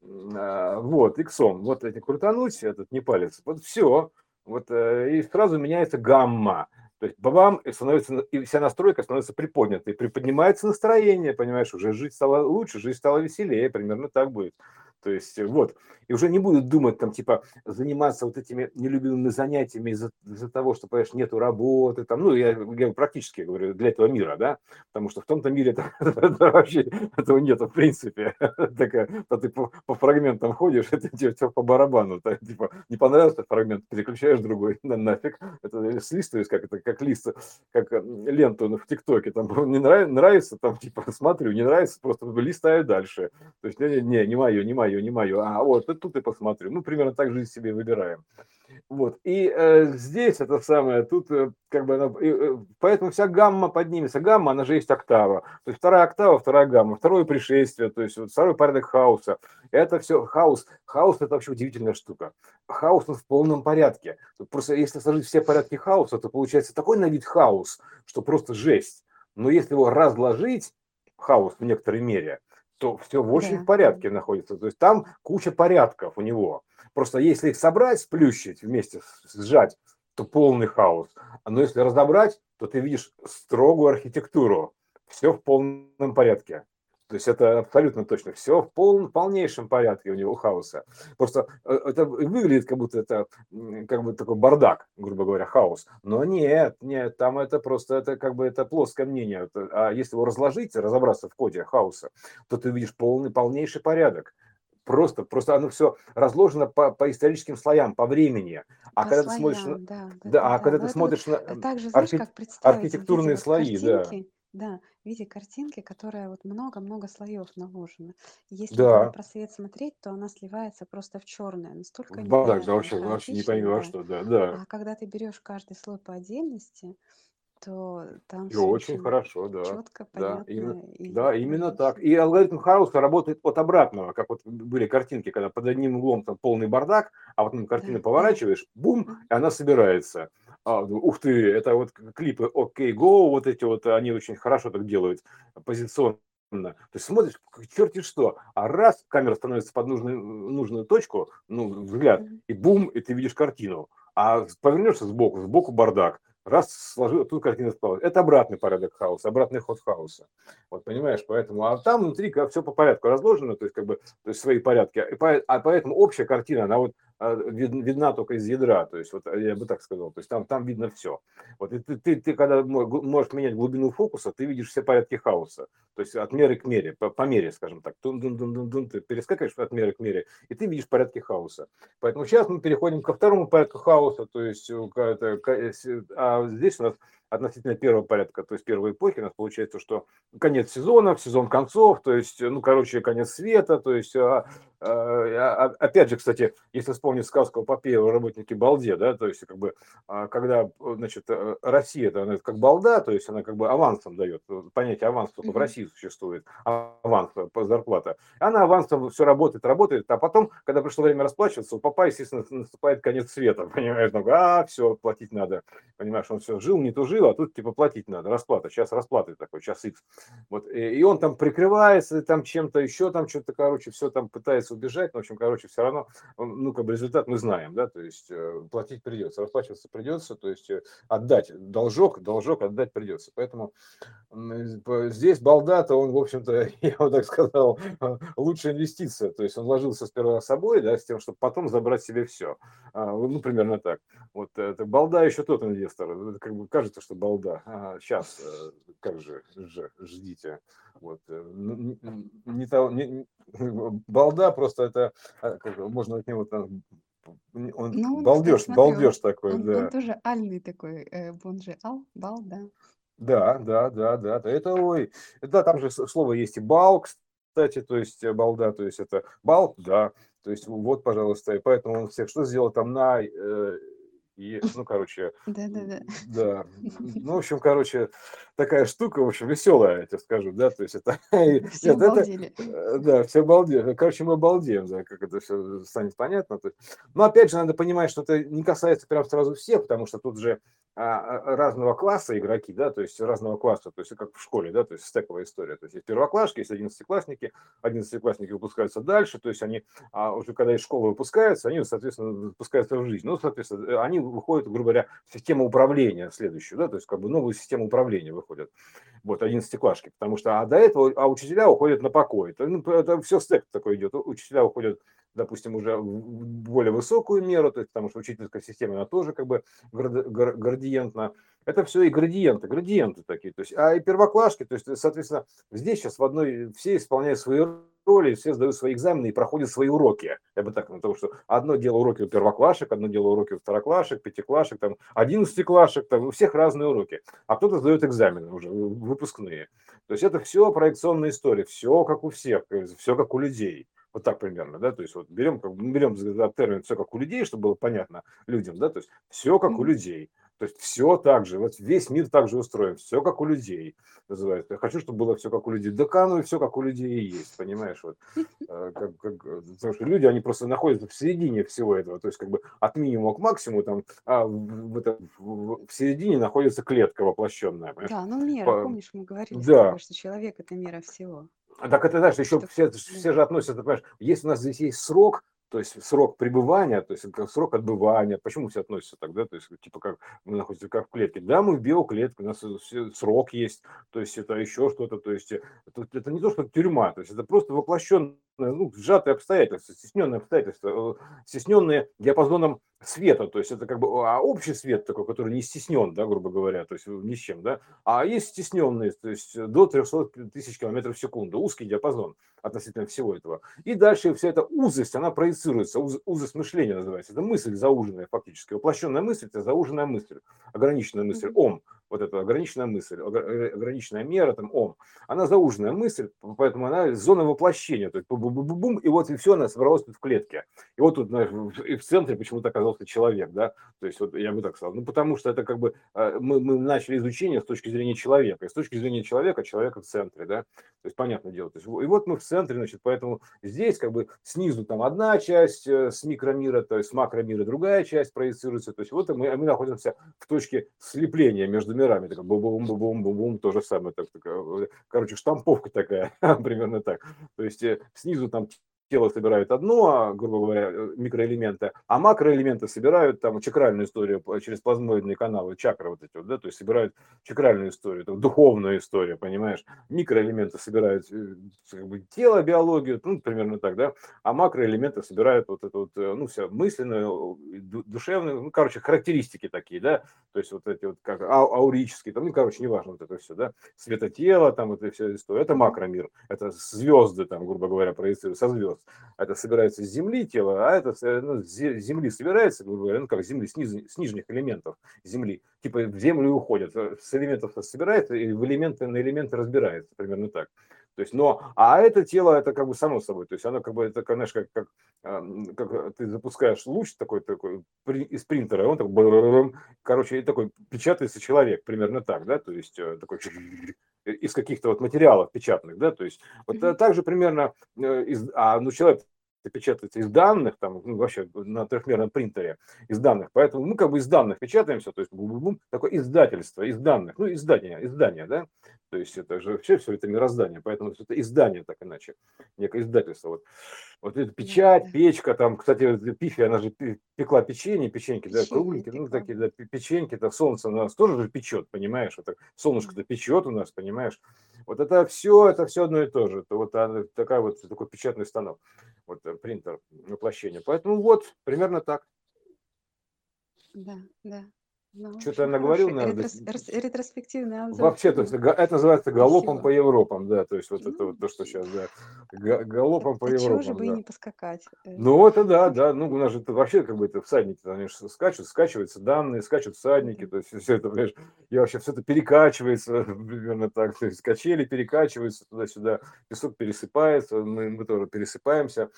а, вот иксом, вот эти крутануть, этот не палец, вот все, вот э, и сразу меняется гамма, то есть бабам, и становится, и вся настройка становится приподнятой, приподнимается настроение, понимаешь, уже жить стало лучше, жизнь стала веселее, примерно так будет. То есть э, вот, и уже не будут думать там типа заниматься вот этими нелюбимыми занятиями из-за, из-за того, что, понимаешь, нету работы, там, ну, я, я практически говорю, для этого мира, да, потому что в том-то мире это, это вообще этого нету в принципе. Такая, а ты по, по фрагментам ходишь, это тебе все по барабану. Так, типа, не понравился фрагмент, переключаешь другой, на, нафиг. Это слистываешь, как это, как лист, как э, ленту в ТикТоке. Там не нравится, нравится, там типа смотрю, не нравится, просто листаю дальше. То есть, не, не, не мое, не мое, не мое. А вот тут и посмотрю. Ну, примерно так жизнь себе выбираем. Вот. И э, здесь это самое, тут э, как бы, она, и, э, поэтому вся гамма поднимется. Гамма, она же есть октава. То есть вторая октава, вторая гамма, второе пришествие, то есть вот второй порядок хаоса. Это все хаос. Хаос это вообще удивительная штука. Хаос он в полном порядке. Тут просто если сложить все порядки хаоса, то получается такой на вид хаос, что просто жесть. Но если его разложить, хаос в некоторой мере, то все в очень в Да, да. порядке находится. То есть там куча порядков у него. Просто если их собрать, сплющить вместе, сжать, то полный хаос. Но если разобрать, то ты видишь строгую архитектуру. Все в полном порядке. То есть это абсолютно точно. Все в полном, полнейшем порядке у него хаоса. Просто э, это выглядит, как будто это как бы такой бардак, грубо говоря, хаос. Но нет, нет, там это просто это как бы это плоское мнение. А если его разложить, разобраться в коде хаоса, то ты видишь полный, полнейший порядок. Просто, просто оно все разложено по, по историческим слоям, по времени. А По когда ты смотришь на, слоям, да, да, да, да, а да. когда Но ты это вот смотришь на э, эм, также, знаешь, архи- как представить в виде архитектурные вот слои, да, картинки, да, в виде картинки, которая вот много-много слоев наложено. И если вот на да, просвет смотреть, то она сливается просто в черное, настолько в бардак, да, непонятное, вообще, вообще не пойми хаотичное, во да. что, да, да, А когда ты берешь каждый слой по отдельности, то там И все очень очень хорошо, да. четко, Да, именно, понятно и да, именно так. логично. И алгоритм хаоса работает от обратного, как вот были картинки, когда под одним углом там полный бардак, а вот картину Да, да. поворачиваешь, бум, Мгм. и она собирается. А, ну, ух ты, это вот к- клипы OK Go, вот эти вот, они очень хорошо так делают, позиционно. То есть смотришь, к- черти что, а раз камера становится под нужную, нужную точку, ну, взгляд, Мгм. и бум, и ты видишь картину. А повернешься сбоку, сбоку бардак. Раз сложил, тут картина спалась. Это обратный порядок хаоса, обратный ход хаоса. Вот понимаешь, поэтому, а там внутри все по порядку разложено, то есть как бы, то есть свои порядки. И по- а поэтому общая картина, она вот а, вид- видна только из ядра, то есть вот я бы так сказал, то есть там, там видно все. Вот и ты, ты, ты когда мо- гл- можешь менять глубину фокуса, ты видишь все порядки хаоса, то есть от меры к мере, по, по мере, скажем так, тун-дун-дун-дун-дун, ты перескакиваешь от меры к мере, и ты видишь порядки хаоса. Поэтому сейчас мы переходим ко второму порядку хаоса, то есть э, ка- это, ка- э, с- а здесь у нас относительно первого порядка, то есть первой эпохи, у нас получается, что конец сезона, сезон концов, то есть, ну, короче, конец света, то есть, а, а, а, опять же, кстати, если вспомнить сказку Попея о работнике Балде, да, то есть, как бы, а, когда, значит, э, Россия, это она как балда, то есть, она как бы авансом дает, понятие аванс только в Мгм. России существует, аванс по зарплата, она авансом все работает, работает, а потом, когда пришло время расплачиваться, у папа, естественно, наступает конец света, понимаешь, ну, а, все, платить надо, понимаешь, он все жил, не тужил, а тут типа платить надо, расплата, сейчас расплаты такой, час икс. Вот, и, и он там прикрывается там чем-то еще, там что-то, короче, все там пытается убежать, но, в общем, короче, все равно, ну, как бы результат мы знаем, да, то есть э, платить придется, расплачиваться придется, то есть э, отдать должок, должок отдать придется, поэтому здесь балда-то он, в общем-то, я бы так сказал, лучшая инвестиция. То есть он вложился сперва собой, да, с тем, чтобы потом забрать себе все. Ну, примерно так. Вот это балда еще тот инвестор. Это как бы кажется, что балда. А, сейчас, как же, же ждите. Вот. Не, не, того- не, балда просто это, как, можно от него там, он Ну, он, кстати, балдеж, смотри, он, балдеж такой, он, он да. тоже альный такой, э, он же ал, бал, да. Да, да, да, да. да. Это, ой, да, там же с- слово есть и бал, кстати, то есть э, балда, то есть это бал, да, то есть вот, пожалуйста, и поэтому он всех что сделал там на, э, и, ну, короче, м, Да-да-да. да, ну, в общем, короче, такая штука, в общем, веселая, я тебе скажу, да, то есть это, и- Все нет, это, обалдели. э, да, все балдеют, короче, мы балдеем, да, как это все станет понятно, то есть, но опять же, надо понимать, что это не касается прям сразу всех, потому что тут же а, а, разного класса игроки, да, то есть разного класса, то есть как в школе, да, то есть стековая история, то есть есть первоклашки, есть одиннадцатиклассники, одиннадцатиклассники выпускаются дальше, то есть они а уже когда из школы выпускаются, они, соответственно, выпускаются в жизнь, ну, соответственно, э, они выходят, грубо говоря, в систему управления следующую, да, то есть как бы новую систему управления выходят, вот, одиннадцатиклашки, потому что, а до этого, а учителя уходят на покой, это, ну, это все стек такой идет, учителя уходят, допустим, уже в более высокую меру, то есть, потому что учительская система, она тоже как бы градиентно. Это все и градиенты, градиенты такие. То есть, а и первоклашки, то есть, соответственно, здесь сейчас в одной все исполняют свои роли, все сдают свои экзамены и проходят свои уроки. Я бы так, потому что одно дело уроки у первоклашек, одно дело уроки у второклашек, пятиклашек, там, одиннадцатиклашек, там, у всех разные уроки. А кто-то сдает экзамены уже, выпускные. То есть это все проекционная история, все как у всех, все как у людей. Вот так примерно, да, то есть вот берем, как, берем за термин все как у людей, чтобы было понятно людям, да, то есть все как у Мгм. людей. То есть все так же, вот весь мир так же устроен, все как у людей называется. Я хочу, чтобы было все как у людей. Да ну и все как у людей и есть, понимаешь? Вот, э, как, как, э, потому что люди, они просто находятся в середине всего этого, то есть как бы от минимума к максимуму, там, а в, в, это- в- в середине находится клетка воплощенная, понимаешь? Да, ну мера, По- помнишь, мы говорили с тобой, да, что человек это мера всего. так это, знаешь, еще Что, все, да. все же относятся, ты понимаешь, если у нас здесь есть срок, то есть срок пребывания, то есть как срок отбывания, почему все относятся тогда, то есть типа как мы находимся как в клетке, да, мы в биоклетке, у нас все- срок есть, то есть это еще что-то, то есть это, это не то, что тюрьма, то есть это просто воплощенное, ну, сжатые обстоятельства, стесненные обстоятельства, э, стесненные диапазоном света, то есть это как бы а общий свет такой, который не стеснен, да, грубо говоря, то есть ни с чем, да, а есть стесненные, то есть до трехсот тысяч километров в секунду, узкий диапазон относительно всего этого. И дальше вся эта узость, она проецируется, уз, узость мышления называется. Это мысль зауженная фактически. Воплощенная мысль– это зауженная мысль, ограниченная мысль, Мгм. ом. вот эта ограниченная мысль, ограниченная мера, там, ом, она зауженная мысль, поэтому она зона воплощения, то есть бум-бум-бум, и вот и все, она собралась тут в клетке. И вот тут, знаешь, и в центре почему-то оказался человек, да, то есть вот я бы так сказал, ну потому что это как бы мы, мы начали изучение с точки зрения человека, и с точки зрения человека, человека в центре, да, то есть понятное дело, то есть, и вот мы в центре, значит, поэтому здесь как бы снизу там одна часть с микромира, то есть с макромира другая часть проецируется, то есть вот мы, мы находимся в точке слепления между мирами, такая бум-бум-бум-бум-бум, то же самое, так, так, короче, штамповка такая, примерно так, то есть снизу там тело собирают одно, грубо говоря, микроэлементы, а макроэлементы собирают там чакральную историю через плазмоидные каналы, чакры вот эти вот, да, то есть собирают чакральную историю, это духовную историю, понимаешь, микроэлементы собирают как бы, тело, биологию, ну, примерно так, да, а макроэлементы собирают вот это вот, ну, все мысленную, душевную, ну, короче, характеристики такие, да, то есть вот эти вот как аурические, там, ну, короче, неважно вот это все, да, светотело, там, вот это все история, это макромир, это звезды, там, грубо говоря, проецируют со звезд. Это собирается с Земли тело, а это ну, с Земли собирается, грубо говоря, ну как с Земли, с, низ, с нижних элементов Земли. Типа в Землю уходят, с элементов собирается и в элементы на элементы разбирается, примерно так. То есть, но, а это тело, это как бы само собой, то есть оно как бы, это, знаешь, как, как, как ты запускаешь луч такой, такой из принтера, он такой, короче, и такой печатается человек, примерно так, да, то есть такой из каких-то вот материалов печатных, да, то есть вот mm-hmm. так же примерно, из, а ну человек печатается из данных, там, ну, вообще на трехмерном принтере из данных, поэтому мы как бы из данных печатаемся, то есть бум-бум-бум, такое издательство из данных, ну издание, издание, да, то есть это же вообще все это мироздание, поэтому это издание так иначе, некое издательство, вот. Вот эта печать, да, печка, там, кстати, Пифи, она же пекла печенье, печеньки, печенье, да, кругленькие, ну, такие, да, печеньки, это солнце у нас тоже же печет, понимаешь, это солнышко-то печет у нас, понимаешь, вот это все, это все одно и то же, это вот такая вот, такой печатный станок, вот принтер воплощения, поэтому вот, примерно так. Да, да. Ну, что-то я наговорил, наверное. Ретрос, ретроспективный обзор. Вообще, то есть это называется галопом по Европам, да, то есть вот ну, это вот то, что сейчас, да, галопом по Европам. Чего же бы да. и не поскакать? Ну, это да, да, ну, у нас же вообще как бы это всадники, они же скачут, скачиваются данные, скачут всадники, то есть все это, понимаешь, и вообще все это перекачивается, примерно так, то есть качели перекачиваются туда-сюда, песок пересыпается, мы, мы тоже пересыпаемся,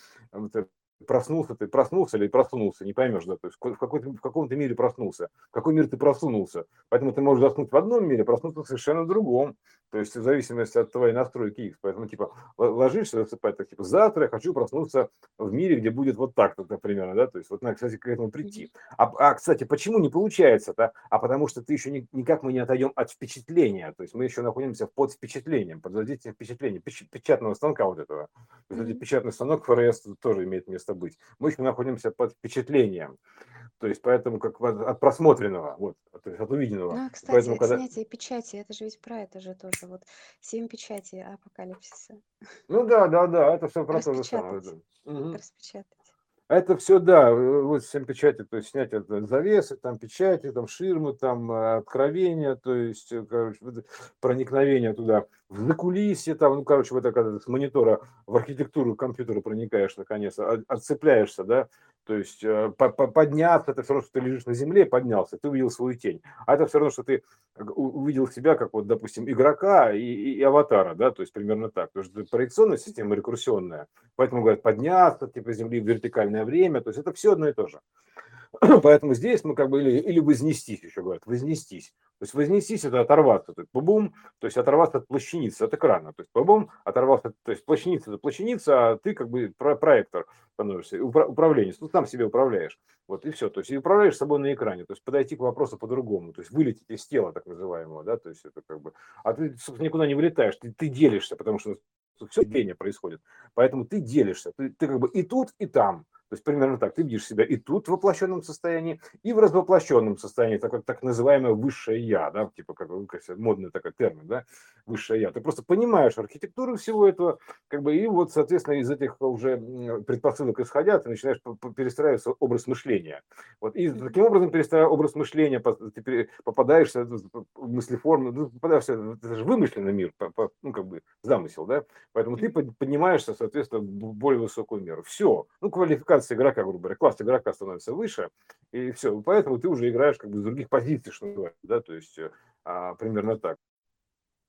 проснулся ты, проснулся или просунулся, не поймешь, да, то есть в, какой-то, в каком-то мире проснулся, в какой мир ты просунулся, поэтому ты можешь заснуть в одном мире, проснуться совершенно в другом, то есть в зависимости от твоей настройки X, поэтому типа ложишься, засыпать, так типа завтра я хочу проснуться в мире, где будет вот так, вот, примерно, да, то есть вот надо, кстати, к этому прийти. А, а кстати, почему не получается-то? А потому что ты еще не, никак мы не отойдем от впечатления, то есть мы еще находимся под впечатлением, под воздействием впечатления, печатного станка вот этого. Кстати, печатный станок ФРС тоже имеет место быть. Мы еще находимся под впечатлением. То есть, поэтому как от просмотренного, вот, то есть от увиденного. Ну, кстати, поэтому, когда... снятие печати, это же ведь про это же тоже, вот, семь печати апокалипсиса. Ну да, да, да, это все про то же самое. Угу. Распечатать. Это все, да, вот всем печати, то есть снять это завесы, там печати, там ширмы, там откровения, то есть, короче, проникновение туда в закулисье, там, ну, короче, вот это, когда с монитора в архитектуру компьютера проникаешь, наконец, отцепляешься, да, то есть подняться, это все равно, что ты лежишь на земле, поднялся, ты увидел свою тень, а это все равно, что ты увидел себя, как вот, допустим, игрока и, и, и аватара, да, то есть примерно так, потому что проекционная система рекурсионная, поэтому говорят подняться, типа земли в вертикальное время, то есть это все одно и то же. Поэтому здесь мы как бы, или, или вознестись еще говорят, вознестись. То есть вознестись это оторваться, то есть бум, то есть оторваться от плащаницы, от экрана, то есть бум, оторваться, то есть плащаница это плащаница, а ты как бы проектор становишься, управленец, ну сам себе управляешь. Вот и все, то есть и управляешь собой на экране, то есть подойти к вопросу по-другому, то есть вылететь из тела так называемого, да, то есть это как бы, а ты, собственно, никуда не вылетаешь, ты, ты делишься, потому что все деление происходит, поэтому ты делишься, ты, ты как бы и тут, и там. То есть примерно так, ты видишь себя и тут в воплощенном состоянии, и в развоплощенном состоянии, так как так называемое высшее я, да, типа как, как модный такой термин, да, высшее я. Ты просто понимаешь архитектуру всего этого, как бы, и вот, соответственно, из этих уже предпосылок исходя, ты начинаешь перестраивать образ мышления. Вот, и таким образом, перестраивая образ мышления, ты попадаешься в мыслеформу, ну, попадаешься, это же вымышленный мир, ну, как бы, замысел, да, поэтому ты поднимаешься, соответственно, в более высокую меру. Все, ну, квалификация игрока, грубо говоря, класс игрока становится выше, и все, поэтому ты уже играешь как бы с других позиций, что называется, да, то есть А, примерно так.